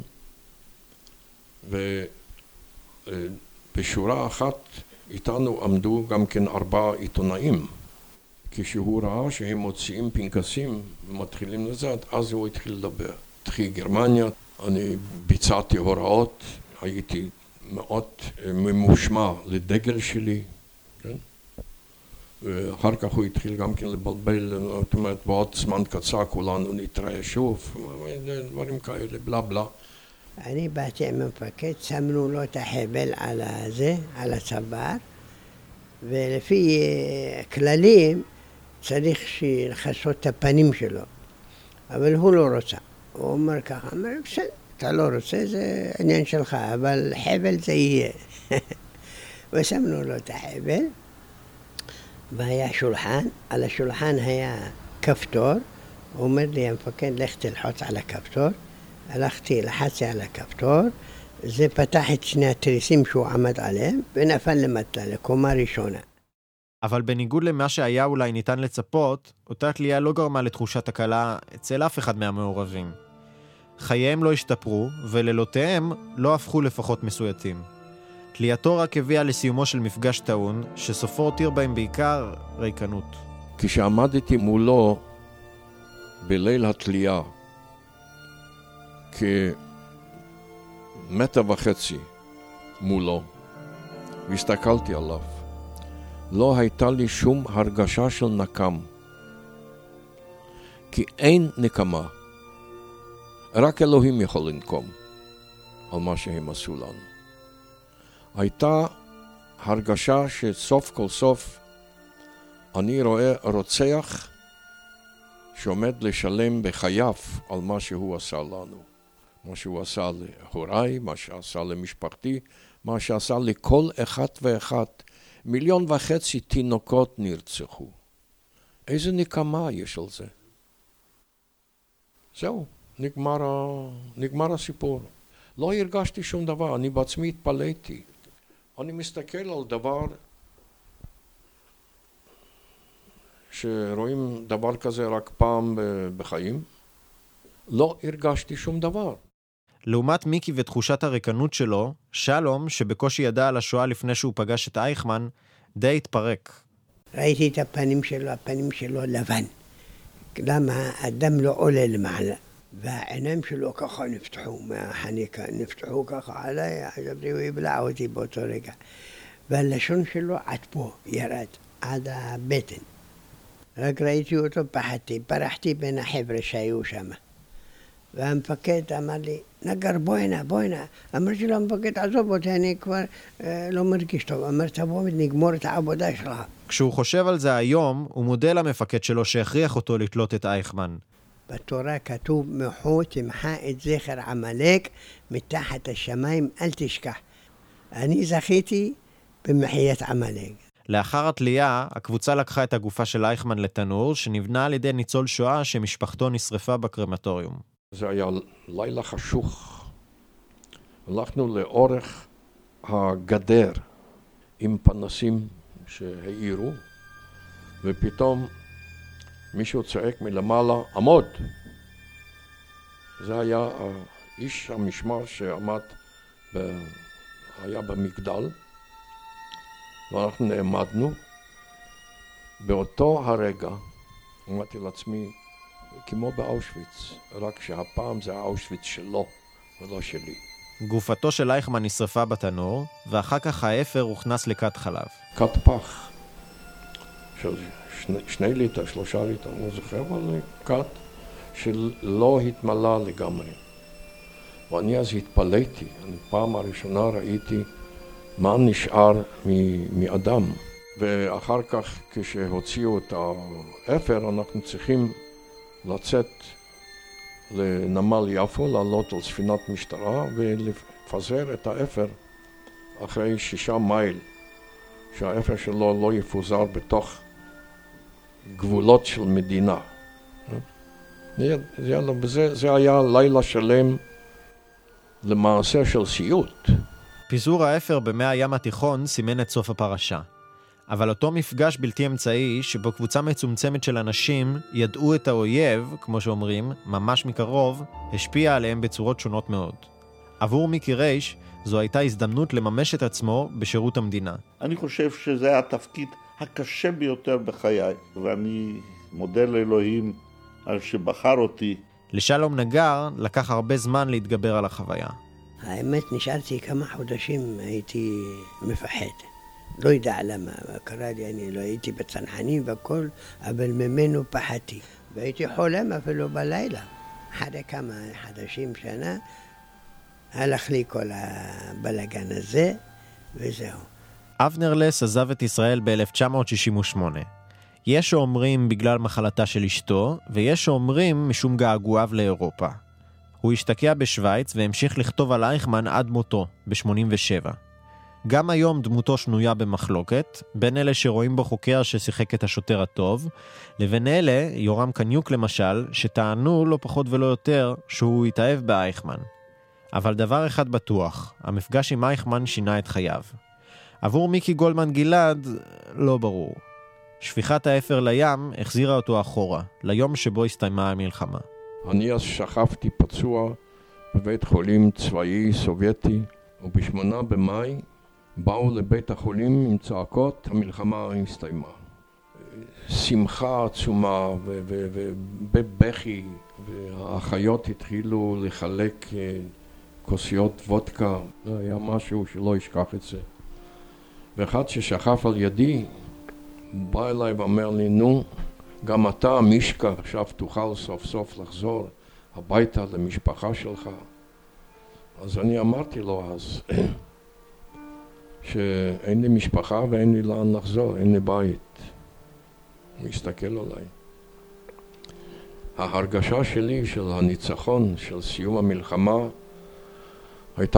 ובשורה אחת איתנו עמדו גם כן 4 עיתונאים. כשהוא ראה שהם מוציאים פנקסים ומתחילים לזאת, אז הוא התחיל לדבר. התחיל גרמניה, אני ביצעתי הוראות, הייתי מאוד ממושמע לדגל שלי, כן? ואחר כך הוא התחיל גם כן לבלבל, זאת אומרת, בעוד זמן קצר כולנו נתראה שוב, דברים כאלה, בלה בלה. אני באתי עם המפקד, שמנו לו את החבל על הצוואר, ולפי כללים צריך לחסות את הפנים שלו, אבל הוא לא רוצה. הוא אומר ככה, אמר, בסדר, אתה לא רוצה, זה עניין שלך, אבל חבל זה יהיה. ושמנו לו את החבל, והיה שולחן, על השולחן היה כפתור, הוא אומר לי, המפקד, לך תלחוץ על הכפתור, הלכתי, לחצתי על הכפתור, זה פתח את שני התריסים שהוא עמד עליהם, ונפל למטה, לקומה ראשונה. אבל בניגוד למה שהיה אולי ניתן לצפות, אותה תלייה לא גרמה לתחושת הקלה אצל אף אחד מהמעורבים. חייהם לא השתפרו, ולילותיהם לא הפכו לפחות מסויטים. תלייתו רק הביאה לסיומו של מפגש טעון, שסופו הותיר בהם בעיקר ריקנות. כשעמדתי מולו בליל התלייה, כמטר וחצי מולו, והסתכלתי עליו, לא הייתה לי שום הרגשה של נקם. כי אין נקמה. רק אלוהים יכול לנקום על מה שהם עשו לנו. הייתה הרגשה שסוף כל סוף אני רואה רוצח שעומד לשלם בחייו על מה שהוא עשה לנו. מה שהוא עשה להוריי, מה שעשה למשפחתי, מה שעשה לכל אחד ואחד. 1.5 מיליון תינוקות נרצחו. איזה נקמה יש על זה? זהו, נגמר הסיפור. לא הרגשתי שום דבר, אני בעצמי התפלאתי. אני מסתכל על דבר שרואים דבר כזה רק פעם בחיים. לא הרגשתי שום דבר. לעומת מיקי ותחושת הריקנות שלו, שלום, שבקושי ידע על השואה לפני שהוא פגש את אייכמן, די התפרק. ראיתי את הפנים שלו לבן. למה הדם לא עולה למעלה. והעיניים שלו ככה נפתחו מהחניקה, נפתחו ככה עליי, חשבתי הוא יבלע אותי באותו רגע. והלשון שלו עד פה, ירד, עד הבטן. רק ראיתי אותו, פחדתי, פרחתי בין החבר'ה שהיו שם. והמפקד אמר לי, נגר בוא הנה. אמרתי לו, המפקד עזוב אותי, אני כבר לא מרגיש טוב. אמרת בוא נגמור את העבודה שלך. כשהוא חושב על זה היום, הוא מודה למפקד שלו שהכריח אותו לתלות את אייכמן. בתורה כתוב, מחו תמחה את זכר עמלק מתחת השמיים, אל תשכח. אני זכיתי במחיית עמלק. לאחר התלייה, הקבוצה לקחה את הגופה של אייכמן לתנור, שנבנה על ידי ניצול שואה שמשפחתו נשרפה בקרמטוריום. זה היה לילה חשוך. הלכנו לאורך הגדר עם פנסים שהאירו, ופתאום מישהו צועק מלמעלה, עמוד! זה היה איש המשמר שעמד, היה במגדל, ואנחנו נעמדנו. באותו הרגע אמרתי לעצמי, כמו באושוויץ, רק שהפעם זה האושוויץ שלו ולא שלי. גופתו של אייכמן נשרפה בתנור, ואחר כך האפר הוכנס לכת חלב. כת פח של 2 ליטר, 3 ליטר, אני לא זוכר, אבל כת שלא התמלא לגמרי. ואני אז התפלאתי, אני פעם הראשונה ראיתי מה נשאר מאדם. ואחר כך כשהוציאו את האפר, אנחנו צריכים לצאת לנמל יפו, לעלות על ספינת משטרה ולפזר את האפר אחרי 6 מייל, שהאפר שלו לא יפוזר בתוך גבולות של מדינה. זה היה לילה שלם למעשה של סיוט. פיזור האפר במי הים התיכון סימן את סוף הפרשה. אבל אותו מפגש בלתי אמצעי, שבו קבוצה מצומצמת של אנשים ידעו את האויב, כמו שאומרים, ממש מקרוב, השפיע עליהם בצורות שונות מאוד. עבור מיקי רייש, זו הייתה הזדמנות לממש את עצמו בשירות המדינה. אני חושב שזה היה התפקיד הקשה ביותר בחיי, ואני מודה לאלוהים על שבחר אותי. לשלום נגר לקח הרבה זמן להתגבר על החוויה. האמת, נשארתי כמה חודשים, הייתי מפחד. לא יודע למה, קרה לי, אני לא הייתי בצנחנים והכל, אבל ממנו פחדתי. והייתי חולם אפילו בלילה. אחרי כמה חודשים, שנה, הלך לי כל הבלגן הזה, וזהו. אבנר לס עזב את ישראל ב-1968. יש שאומרים בגלל מחלתה של אשתו, ויש שאומרים משום געגועיו לאירופה. הוא השתקע בשוויץ והמשיך לכתוב על אייכמן עד מותו, ב-87. גם היום דמותו שנויה במחלוקת, בין אלה שרואים בו חוקר ששיחק את השוטר הטוב, לבין אלה, יורם קניוק למשל, שטענו לא פחות ולא יותר שהוא התאהב באייכמן. אבל דבר אחד בטוח, המפגש עם אייכמן שינה את חייו. עבור מיקי גולדמן גלעד, לא ברור. שפיכת האפר לים החזירה אותו אחורה, ליום שבו הסתיימה המלחמה. אני אז שכבתי פצוע בבית חולים צבאי סובייטי, וב8 במאי באו לבית החולים עם צעקות, המלחמה הסתיימה. שמחה עצומה ובבכי, והאחיות התחילו לחלק כוסיות וודקה. זה היה משהו שלא אשכח את זה. ואחד ששכב על ידי בא אליי ואמר לי, נו, גם אתה, מישקה, עכשיו תוכל סוף סוף לחזור הביתה למשפחה שלך. אז אני אמרתי לו אז שאין לי משפחה ואין לי לאן לחזור, אין לי בית. הוא הסתכל עליי. ההרגשה שלי של הניצחון, של סיום המלחמה, הייתה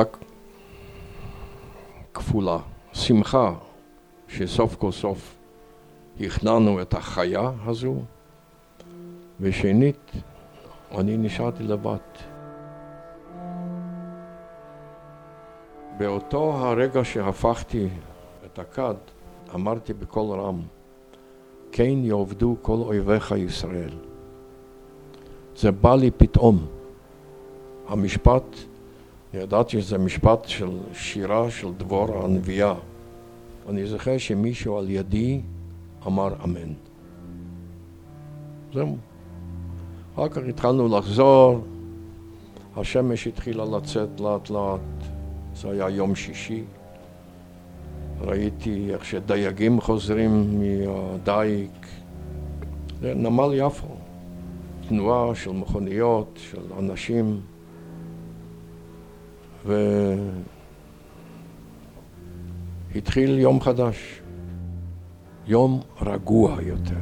כפולה. שמחה שסוף כל סוף הכנענו את החיה הזו, ושנית, אני נשארתי לבד. באותו הרגע שהפכתי את הכד, אמרתי בקול רם, כן יעבדו כל אויביך ישראל. זה בא לי פתאום. המשפט, ידעתי שזה משפט של שירה של דבורה הנביאה. אני זוכר שמישהו על ידי אמר אמן. זהו. אחר כך התחלנו לחזור, השמש התחילה לצאת לאט לאט, זה היה יום שישי. ראיתי איך שדייגים חוזרים מהדייג. זה נמל יפו, תנועה של מכוניות, של אנשים. והתחיל יום חדש, יום רגוע יותר.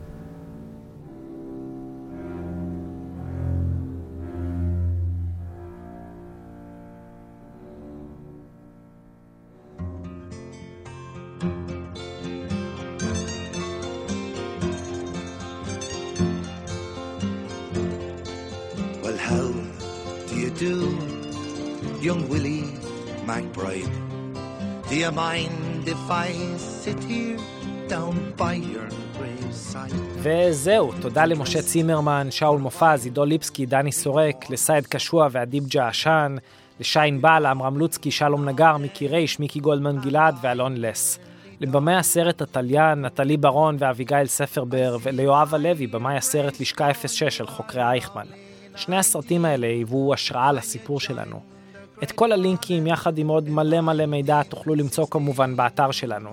Well, how do you do, young Willie McBride? Do you mind if I sit here down by your graveside? וזהו, תודה למשה צימרמן, שאול מופז, עידו ליפסקי, דני סורק, לסייד קשוע ועדיב ג'עשן, לשיין בל, אמרם לוצקי, שלום נגר, מיקי רייש, מיקי גולדמן גלעד ואלון לס. לבמאי הסרט התליין, נטלי ברון ואביגיל ספרבר, וליואב הלוי, במאי הסרט לשכה 06 של חוקרי אייכמן. שני הסרטים האלה היוו השראה לסיפור שלנו. את כל הלינקים יחד עם עוד מלא מידע תוכלו למצוא כמובן באתר שלנו,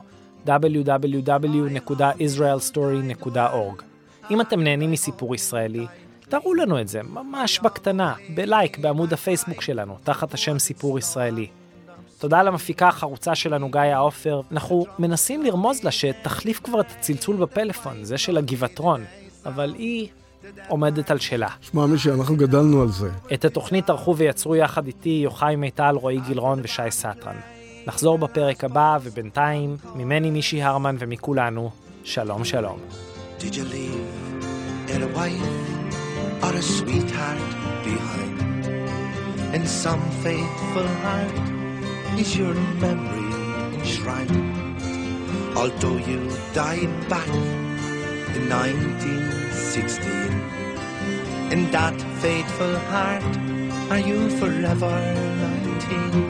www.israelstory.org. אם אתם נהנים מסיפור ישראלי, תראו לנו את זה, ממש בקטנה, בלייק בעמוד הפייסבוק שלנו, תחת השם סיפור ישראלי. תודה למפיקה החרוצה שלנו גיא האופר. אנחנו מנסים לרמוז לה שתחליף כבר את הצלצול בפלאפון, זה של הגבעתרון, אבל היא עומדת על שלה. שמע מישהי, אנחנו גדלנו על זה. את התוכנית ערכו ויצרו יחד איתי יוחאי מיטל, רועי גילרון ושי סטרן. נחזור בפרק הבא, ובינתיים, ממני מישי הרמן ומכולנו, שלום שלום. Did you leave a wife or a sweetheart behind? In some faithful heart is your memory enshrined? Although you died back in 1916, in that faithful heart are you forever 19?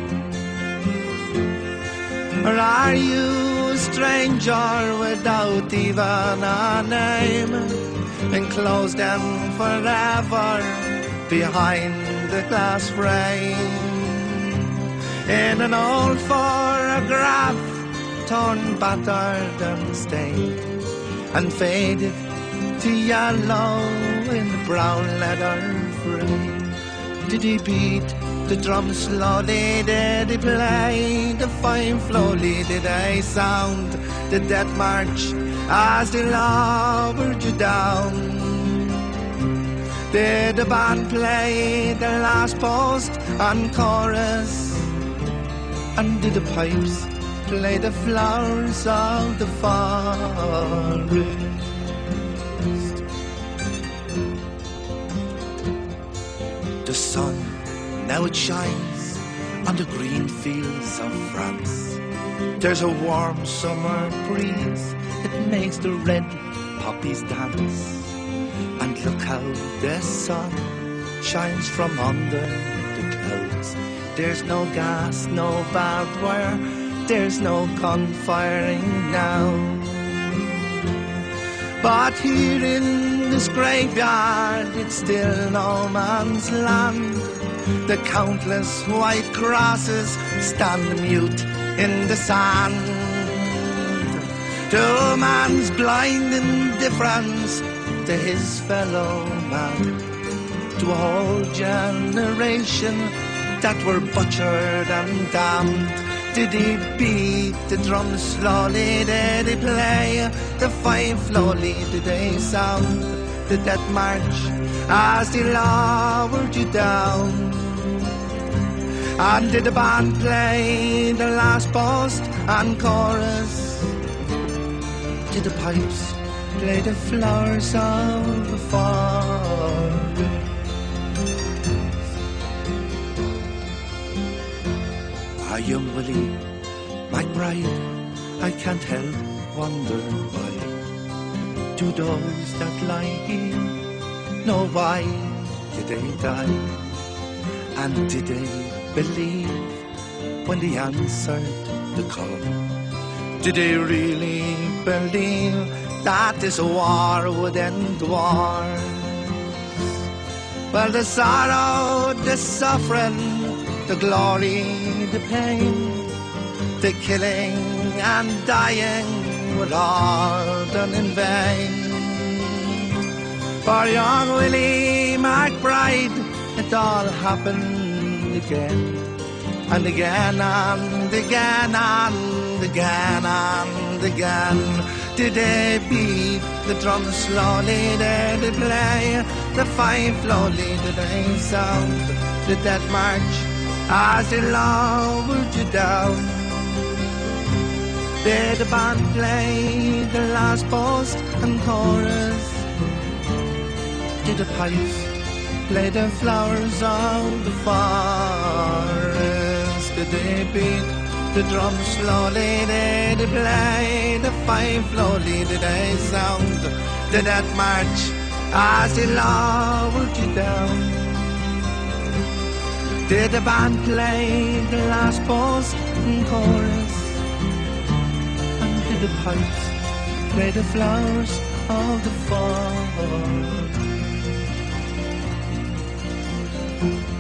Or are you a stranger without even a name, enclosed and forever behind the glass frame, in an old photograph torn, battered and stained, and faded to yellow in the brown leather frame? Did he beat the drum slowly? Did he play the fine slowly? Did they sound the death march as they lowered you down? Did the band play the last post and chorus? And did the pipes play the flowers of the forest? The sun, now it shines on the green fields of France. There's a warm summer breeze, it makes the red poppies dance. And look how the sun shines from under the clouds. There's no gas, no barbed wire, there's no gunfiring now. But here in this graveyard, it's still no man's land. The countless white crosses stand mute in the sand. To man's blind indifference to his fellow man, to a whole generation that were butchered and damned. Did he beat the drum slowly? Did he play the fife slowly? Did they sound the death march as they lowered you down? And did the band play the last post and chorus? Did the pipes play the flowers of the forest? Are you Willie McBride? I can't help wonder why. To those that lie here, know why did they die? And did they believe when they answered the call? Did they really believe that this war would end war? Well, the sorrow, the suffering, the glory, the pain, the killing and dying were all done in vain. For young Willie McBride, it all happened again, and again, and again, and again, and again. Did they beat the drums slowly, did they play the fife slowly, did they sound the death march as they lowered you down? Did the band play the last post and chorus? Did the pipes play the flowers of the forest? Did they beat the drums slowly, did they play the fife slowly, did they sound the death march as they lowered you down? Did the band play the last post and chorus? And did the pipes play the flowers of the forest?